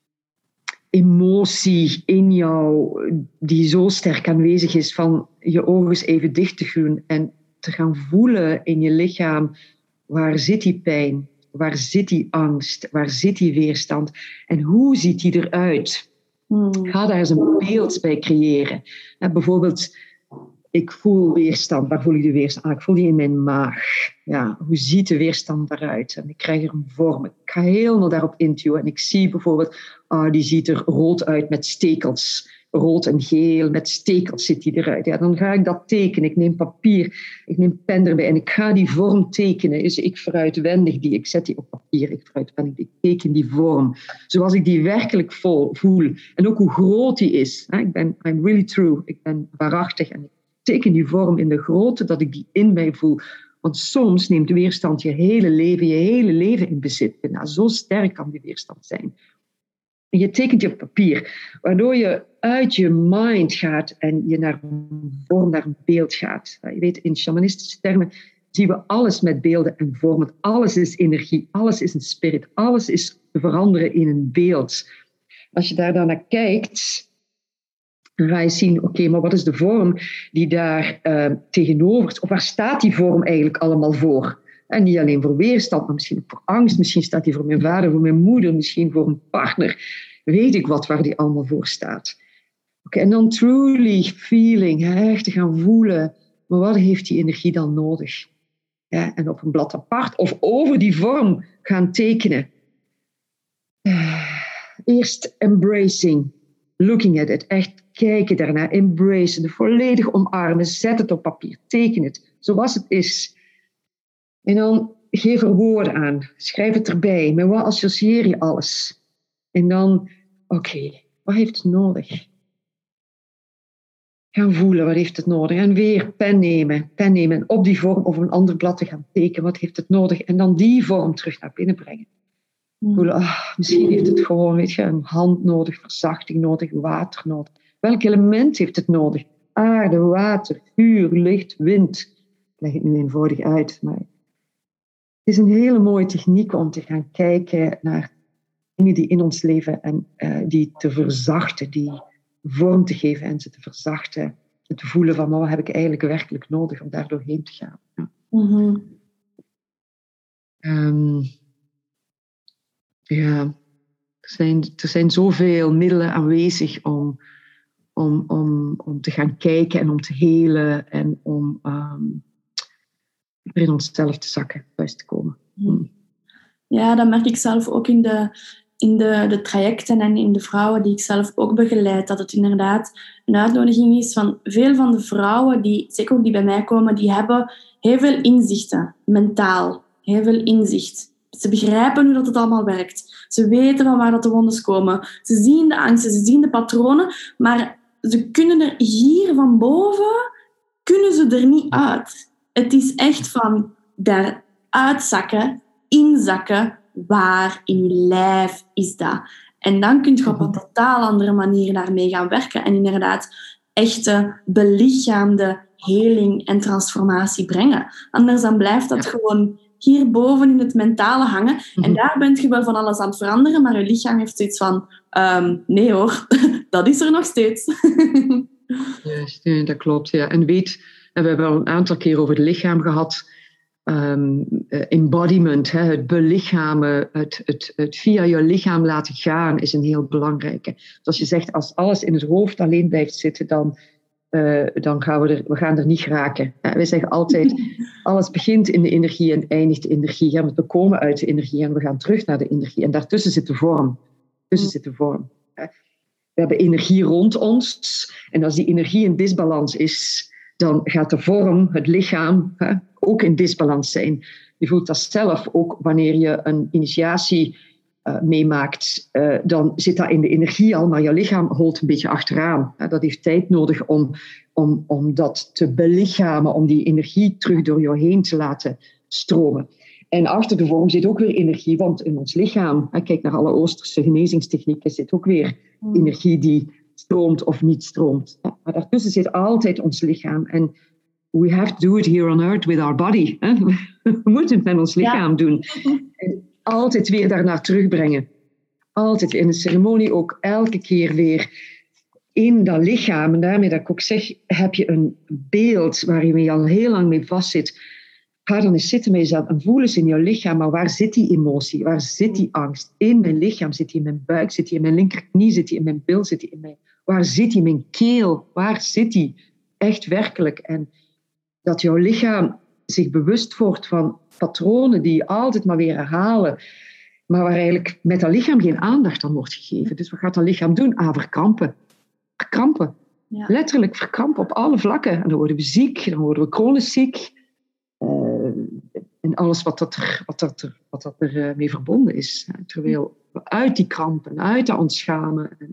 Speaker 2: emotie in jou die zo sterk aanwezig is, van je ogen eens even dicht te doen en te gaan voelen in je lichaam, waar zit die pijn, waar zit die angst, waar zit die weerstand en hoe ziet die eruit? Ga daar eens een beeld bij creëren. Bijvoorbeeld, ik voel weerstand. Waar voel ik de weerstand? Ik voel die in mijn maag. Ja, hoe ziet de weerstand eruit? En ik krijg er een vorm. Ik ga helemaal daarop intuwen. En ik zie bijvoorbeeld, die ziet er rood uit met stekels. Rood en geel met stekels ziet die eruit. Ja, dan ga ik dat tekenen. Ik neem papier, ik neem pen erbij en ik ga die vorm tekenen. Dus ik vooruitwendig ik zet die op papier, ik vooruitwendig ik teken die vorm. Zoals ik die werkelijk voel. En ook hoe groot die is. I'm really true. Ik ben waarachtig en ik teken die vorm in de grootte dat ik die in mij voel. Want soms neemt de weerstand je hele leven in bezit. Nou, zo sterk kan die weerstand zijn. En je tekent je op papier, waardoor je uit je mind gaat en je naar een vorm, naar een beeld gaat. Je weet, in shamanistische termen zien we alles met beelden en vormen. Alles is energie, alles is een spirit, alles is te veranderen in een beeld. Als je daar dan naar kijkt, dan ga je zien, oké, maar wat is de vorm die daar tegenover is? Of waar staat die vorm eigenlijk allemaal voor? En niet alleen voor weerstand, maar misschien ook voor angst. Misschien staat die voor mijn vader, voor mijn moeder, misschien voor een partner. Weet ik wat waar die allemaal voor staat. Oké, en dan truly feeling, echt te gaan voelen. Maar wat heeft die energie dan nodig? Ja, en op een blad apart of over die vorm gaan tekenen. Eerst embracing, looking at it, echt kijken daarnaar, embracen, volledig omarmen, zet het op papier, teken het zoals het is. En dan geef er woorden aan, schrijf het erbij, met wat associeer je alles? En dan, oké, wat heeft het nodig? Gaan voelen, wat heeft het nodig? En weer pen nemen en op die vorm of een ander blad te gaan tekenen, wat heeft het nodig? En dan die vorm terug naar binnen brengen. Voelen, misschien heeft het gewoon, weet je, een hand nodig, verzachting nodig, water nodig. Welk element heeft het nodig? Aarde, water, vuur, licht, wind. Ik leg het nu eenvoudig uit, maar het is een hele mooie techniek om te gaan kijken naar dingen die in ons leven en die te verzachten, die vorm te geven en ze te verzachten. Te voelen van, wat heb ik eigenlijk werkelijk nodig om daar doorheen te gaan. Ja. Ja, er zijn zoveel middelen aanwezig om te gaan kijken en om te helen en om in onszelf te zakken, thuis te komen.
Speaker 1: Ja, dat merk ik zelf ook in de trajecten en in de vrouwen die ik zelf ook begeleid, dat het inderdaad een uitnodiging is van veel van de vrouwen, zeker ook die bij mij komen, die hebben heel veel inzichten, mentaal, heel veel inzicht. Ze begrijpen hoe dat het allemaal werkt. Ze weten van waar dat de wondes komen. Ze zien de angsten, ze zien de patronen, maar ze kunnen er hier van boven, kunnen ze er niet uit. Het is echt van daar uitzakken, inzakken, waar in je lijf is dat. En dan kun je op een totaal andere manier daarmee gaan werken en inderdaad echte belichaamde heling en transformatie brengen. Anders dan blijft dat gewoon hierboven in het mentale hangen. En daar ben je wel van alles aan het veranderen, maar je lichaam heeft zoiets van nee hoor, dat is er nog steeds.
Speaker 2: Ja, dat klopt. Ja. En we hebben al een aantal keer over het lichaam gehad. Embodiment, het belichamen, het via je lichaam laten gaan is een heel belangrijke. Zoals je zegt, als alles in het hoofd alleen blijft zitten, dan gaan we gaan er niet geraken. Wij zeggen altijd, alles begint in de energie en eindigt de energie. Ja, we komen uit de energie en we gaan terug naar de energie. En daartussen zit de vorm. We hebben energie rond ons. En als die energie in disbalans is, dan gaat de vorm, het lichaam, ook in disbalans zijn. Je voelt dat zelf ook wanneer je een initiatie meemaakt, dan zit dat in de energie al, maar je lichaam holt een beetje achteraan. Dat heeft tijd nodig om dat te belichamen, om die energie terug door jou heen te laten stromen. En achter de vorm zit ook weer energie, want in ons lichaam, kijk naar alle Oosterse genezingstechnieken, zit ook weer energie die stroomt of niet stroomt. Maar daartussen zit altijd ons lichaam. En we have to do it here on earth with our body. We moeten het met ons lichaam doen. En altijd weer daarnaar terugbrengen. Altijd in de ceremonie ook elke keer weer in dat lichaam. En daarmee dat ik ook zeg, heb je een beeld waar je al heel lang mee vastzit. Ga dan eens zitten met jezelf en voel eens in je lichaam. Maar waar zit die emotie? Waar zit die angst? In mijn lichaam? Zit die in mijn buik? Zit die in mijn linkerknie? Zit die in mijn bil? Zit die in mijn... Waar zit die in mijn keel? Waar zit die? Echt werkelijk. En dat jouw lichaam zich bewust wordt van patronen die je altijd maar weer herhalen. Maar waar eigenlijk met dat lichaam geen aandacht aan wordt gegeven. Dus wat gaat dat lichaam doen? Verkrampen. Verkrampen. Ja. Letterlijk verkrampen op alle vlakken. En dan worden we ziek, dan worden we chronisch ziek. En alles wat dat er mee verbonden is. Terwijl we uit die krampen, uit dat ontschamen en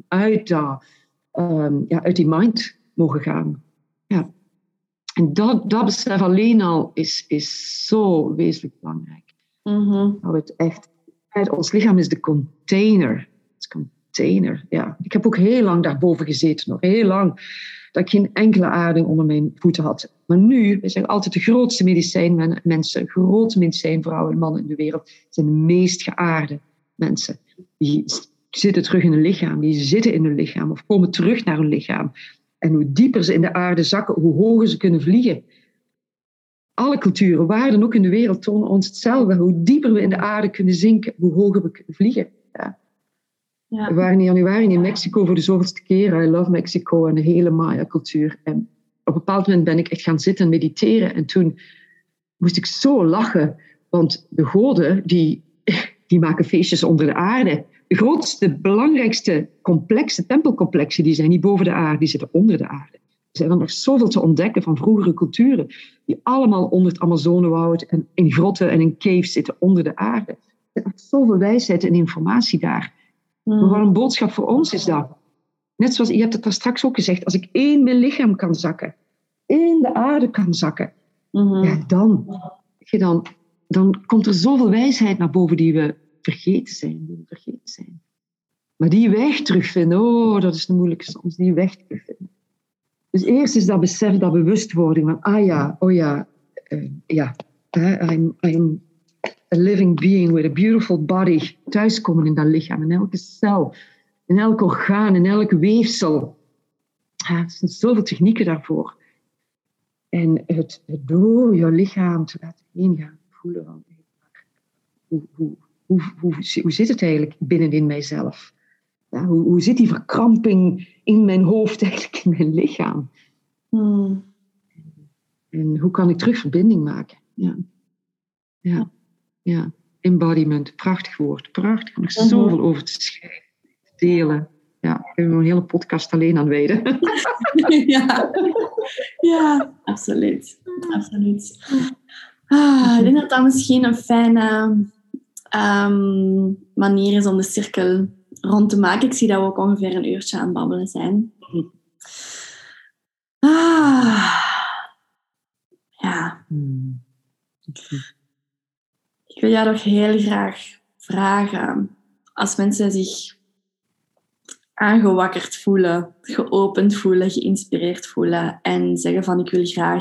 Speaker 2: uit die mind mogen gaan. Ja. En dat besef alleen al is zo wezenlijk belangrijk. Mm-hmm. Dat we het echt... Ons lichaam is de container. Het is container, ja. Ik heb ook heel lang daarboven gezeten. Nog heel lang. Dat ik geen enkele aarding onder mijn voeten had. Maar nu, we zijn altijd de grootste medicijnmensen. Grote medicijnvrouwen en mannen in de wereld. Zijn de meest geaarde mensen. Die zitten terug in hun lichaam. Die zitten in hun lichaam. Of komen terug naar hun lichaam. En hoe dieper ze in de aarde zakken, hoe hoger ze kunnen vliegen. Alle culturen, waar dan ook in de wereld, tonen ons hetzelfde. Hoe dieper we in de aarde kunnen zinken, hoe hoger we kunnen vliegen. Ja. Ja. We waren in januari in Mexico voor de zoveelste keer. I love Mexico en de hele Maya-cultuur. En op een bepaald moment ben ik echt gaan zitten en mediteren. En toen moest ik zo lachen. Want de goden, die maken feestjes onder de aarde. De grootste, belangrijkste tempelcomplexen, die zijn niet boven de aarde, die zitten onder de aarde. Er zijn er nog zoveel te ontdekken van vroegere culturen, die allemaal onder het Amazonewoud en in grotten en in caves zitten onder de aarde. Er is nog zoveel wijsheid en informatie daar. Maar wat een boodschap voor ons is dat. Net zoals, je hebt het daar straks ook gezegd, als ik in mijn lichaam kan zakken, in de aarde kan zakken, ja, dan komt er zoveel wijsheid naar boven die we vergeten zijn. Maar die weg terugvinden, dat is de moeilijkste soms, die weg terugvinden. Dus eerst is dat besef, dat bewustwording van, I'm a living being with a beautiful body. Thuiskomen in dat lichaam, in elke cel, in elk orgaan, in elk weefsel. Er zijn zoveel technieken daarvoor. En het door je lichaam te laten heen gaan, voelen van, hoe zit het eigenlijk binnenin mijzelf? Ja, hoe zit die verkramping in mijn hoofd eigenlijk in mijn lichaam? En hoe kan ik terug verbinding maken? Ja. Embodiment, prachtig woord. Prachtig, nog zoveel over te schrijven, te delen. Ja, ik heb een hele podcast alleen aan wijden.
Speaker 1: Ja, absoluut. Ik denk dat dat misschien een fijne manier is om de cirkel rond te maken. Ik zie dat we ook ongeveer een uurtje aan het babbelen zijn. Ja. Ik wil jou nog heel graag vragen, als mensen zich aangewakkerd voelen, geopend voelen, geïnspireerd voelen en zeggen van ik wil graag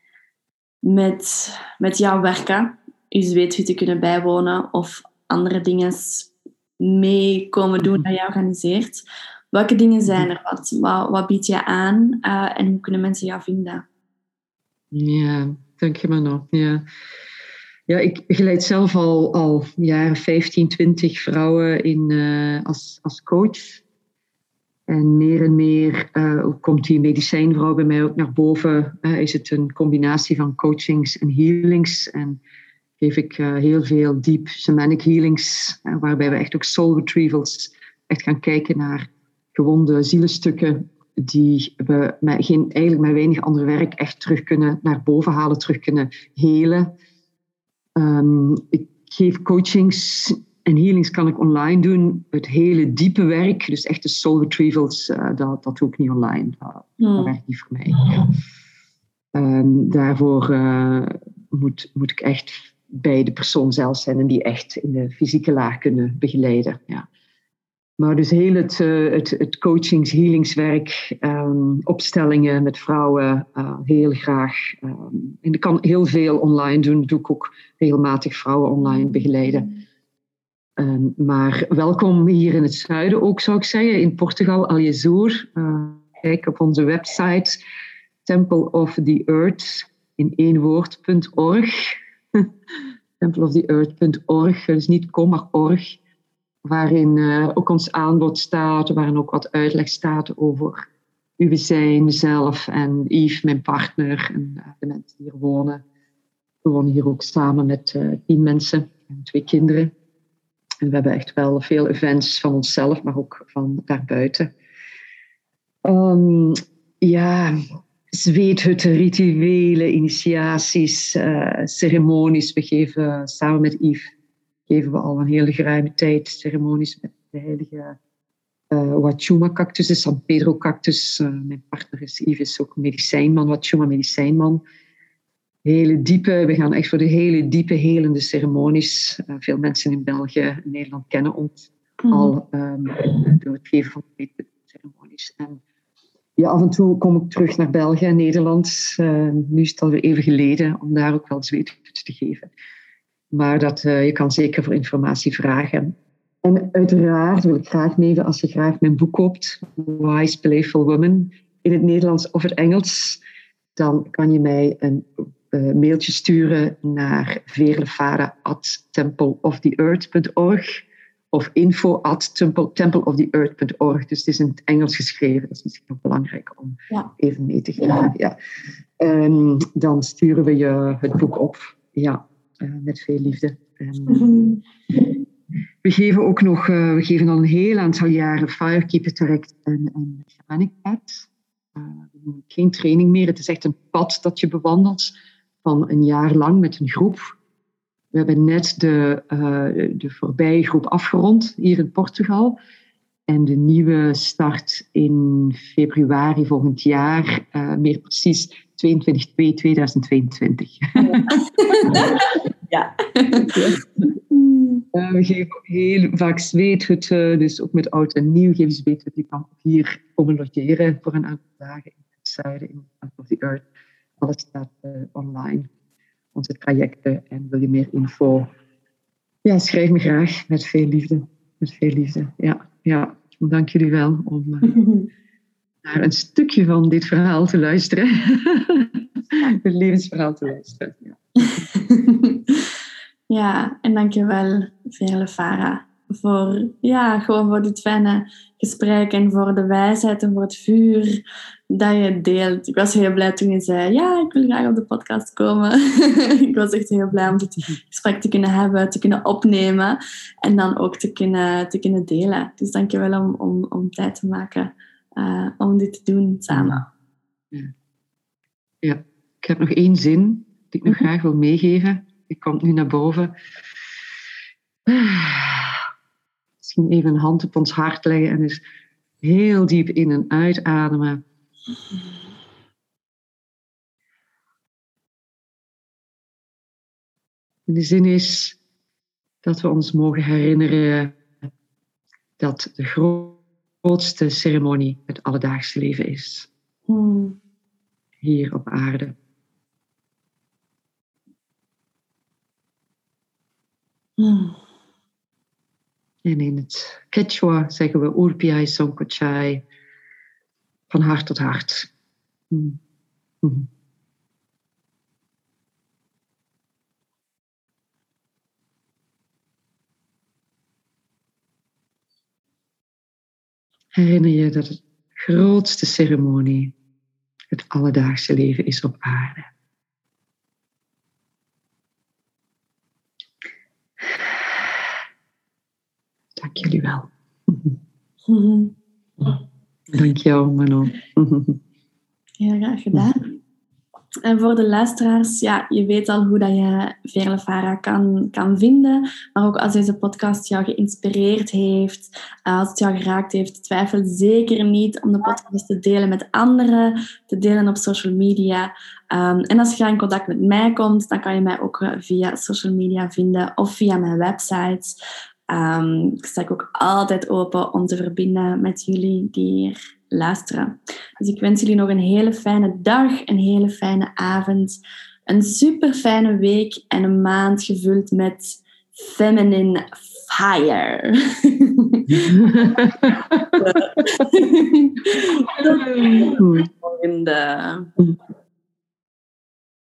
Speaker 1: met jou werken, je zweethutten kunnen bijwonen of andere dingen mee komen doen dat je organiseert. Welke dingen zijn er? Wat bied je aan? En hoe kunnen mensen jou vinden?
Speaker 2: Ja, dank je Manon. Ja, ik begeleid zelf al jaren 15, 20 vrouwen als coach. En meer komt die medicijnvrouw bij mij ook naar boven. Is het een combinatie van coachings en healings. En geef ik heel veel deep shamanic healings. Waarbij we echt ook soul retrievals echt gaan kijken naar gewonde zielenstukken. Die we eigenlijk met weinig ander werk echt terug kunnen naar boven halen. Terug kunnen helen. Ik geef coachings En healings kan ik online doen. Het hele diepe werk, dus echt de soul retrievals, dat doe ik niet online. Dat werkt niet voor mij. Ja. Daarvoor moet ik echt bij de persoon zelf zijn en die echt in de fysieke laag kunnen begeleiden. Ja. Maar dus heel het coachings, healingswerk, opstellingen met vrouwen, heel graag. En ik kan heel veel online doen. Doe ik ook regelmatig vrouwen online begeleiden. Maar welkom hier in het zuiden ook, zou ik zeggen. In Portugal, Algesur. Kijk op onze website Temple of the Earth in één woord.org. templeoftheearth.org, dus niet com, maar org. Waarin ook ons aanbod staat, waarin ook wat uitleg staat over wie we zijn, mezelf en Yves, mijn partner, en de mensen die hier wonen. We wonen hier ook samen met 10 mensen en 2 kinderen. En we hebben echt wel veel events van onszelf, maar ook van daarbuiten. Zweethutten, rituelen, initiaties, ceremonies. We geven samen met Yves geven we al een hele geruime tijd ceremonies met de heilige Wachuma-cactus, de San Pedro-cactus. Mijn partner is Yves, is ook medicijnman, Wachuma-medicijnman. We gaan echt voor de hele diepe, helende ceremonies. Veel mensen in België en Nederland kennen ons al door het geven van de ceremonies. En ja, af en toe kom ik terug naar België en Nederland. Nu is het alweer even geleden om daar ook wel zweethutten te geven. Maar je kan zeker voor informatie vragen. En uiteraard wil ik graag meegeven, als je graag mijn boek koopt, Wise Playful Woman, in het Nederlands of het Engels, dan kan je mij een mailtje sturen naar veerlefara@templeoftheearth.org of info@templeoftheearth.org. Dus het is in het Engels geschreven. Dat is misschien ook belangrijk om even mee te geven. Ja. Dan sturen we je het boek op. Ja. Met veel liefde. We geven ook nog, we geven al een heel aantal jaren Firekeeper Direct en Shamanic Pad. Geen training meer, het is echt een pad dat je bewandelt van een jaar lang met een groep. We hebben net de voorbije groep afgerond hier in Portugal. En de nieuwe start in februari volgend jaar, meer precies 22/2/2022.
Speaker 1: Ja.
Speaker 2: We geven ook heel vaak zweethutten, dus ook met oud en nieuw geven zweethutten. Die kan hier komen logeren voor een aantal dagen in het zuiden, in Temple of the Earth. Alles staat online, onze trajecten. En wil je meer info? Ja, schrijf me graag, met veel liefde. Met veel liefde, ja. Dank jullie wel om naar een stukje van dit verhaal te luisteren. Het levensverhaal te luisteren. Ja.
Speaker 1: Ja, en dankjewel, Veerlefara, gewoon voor dit fijne gesprek en voor de wijsheid en voor het vuur dat je deelt. Ik was heel blij toen je zei, ja, ik wil graag op de podcast komen. Ik was echt heel blij om dit gesprek te kunnen hebben, te kunnen opnemen en dan ook te kunnen delen. Dus dankjewel om tijd te maken om dit te doen samen.
Speaker 2: Ja, ik heb nog 1 zin die ik nog graag wil meegeven. Die komt nu naar boven. Misschien even een hand op ons hart leggen en dus heel diep in- en uitademen. En de zin is dat we ons mogen herinneren dat de grootste ceremonie het alledaagse leven is. Hier op aarde. En in het Quechua zeggen we Urpiai Sonkochai, van hart tot hart. Herinner je dat de grootste ceremonie het alledaagse leven is op aarde. Dank jullie wel. Dank jou, Manon.
Speaker 1: Heel graag gedaan. En voor de luisteraars, ja, je weet al hoe dat je Veerle Farah kan vinden. Maar ook als deze podcast jou geïnspireerd heeft, als het jou geraakt heeft, twijfel zeker niet om de podcast te delen met anderen, te delen op social media. En als je in contact met mij komt, dan kan je mij ook via social media vinden of via mijn website. Ik sta ook altijd open om te verbinden met jullie die hier luisteren. Dus ik wens jullie nog een hele fijne dag, een hele fijne avond, een super fijne week en een maand gevuld met feminine fire. Tot de volgende.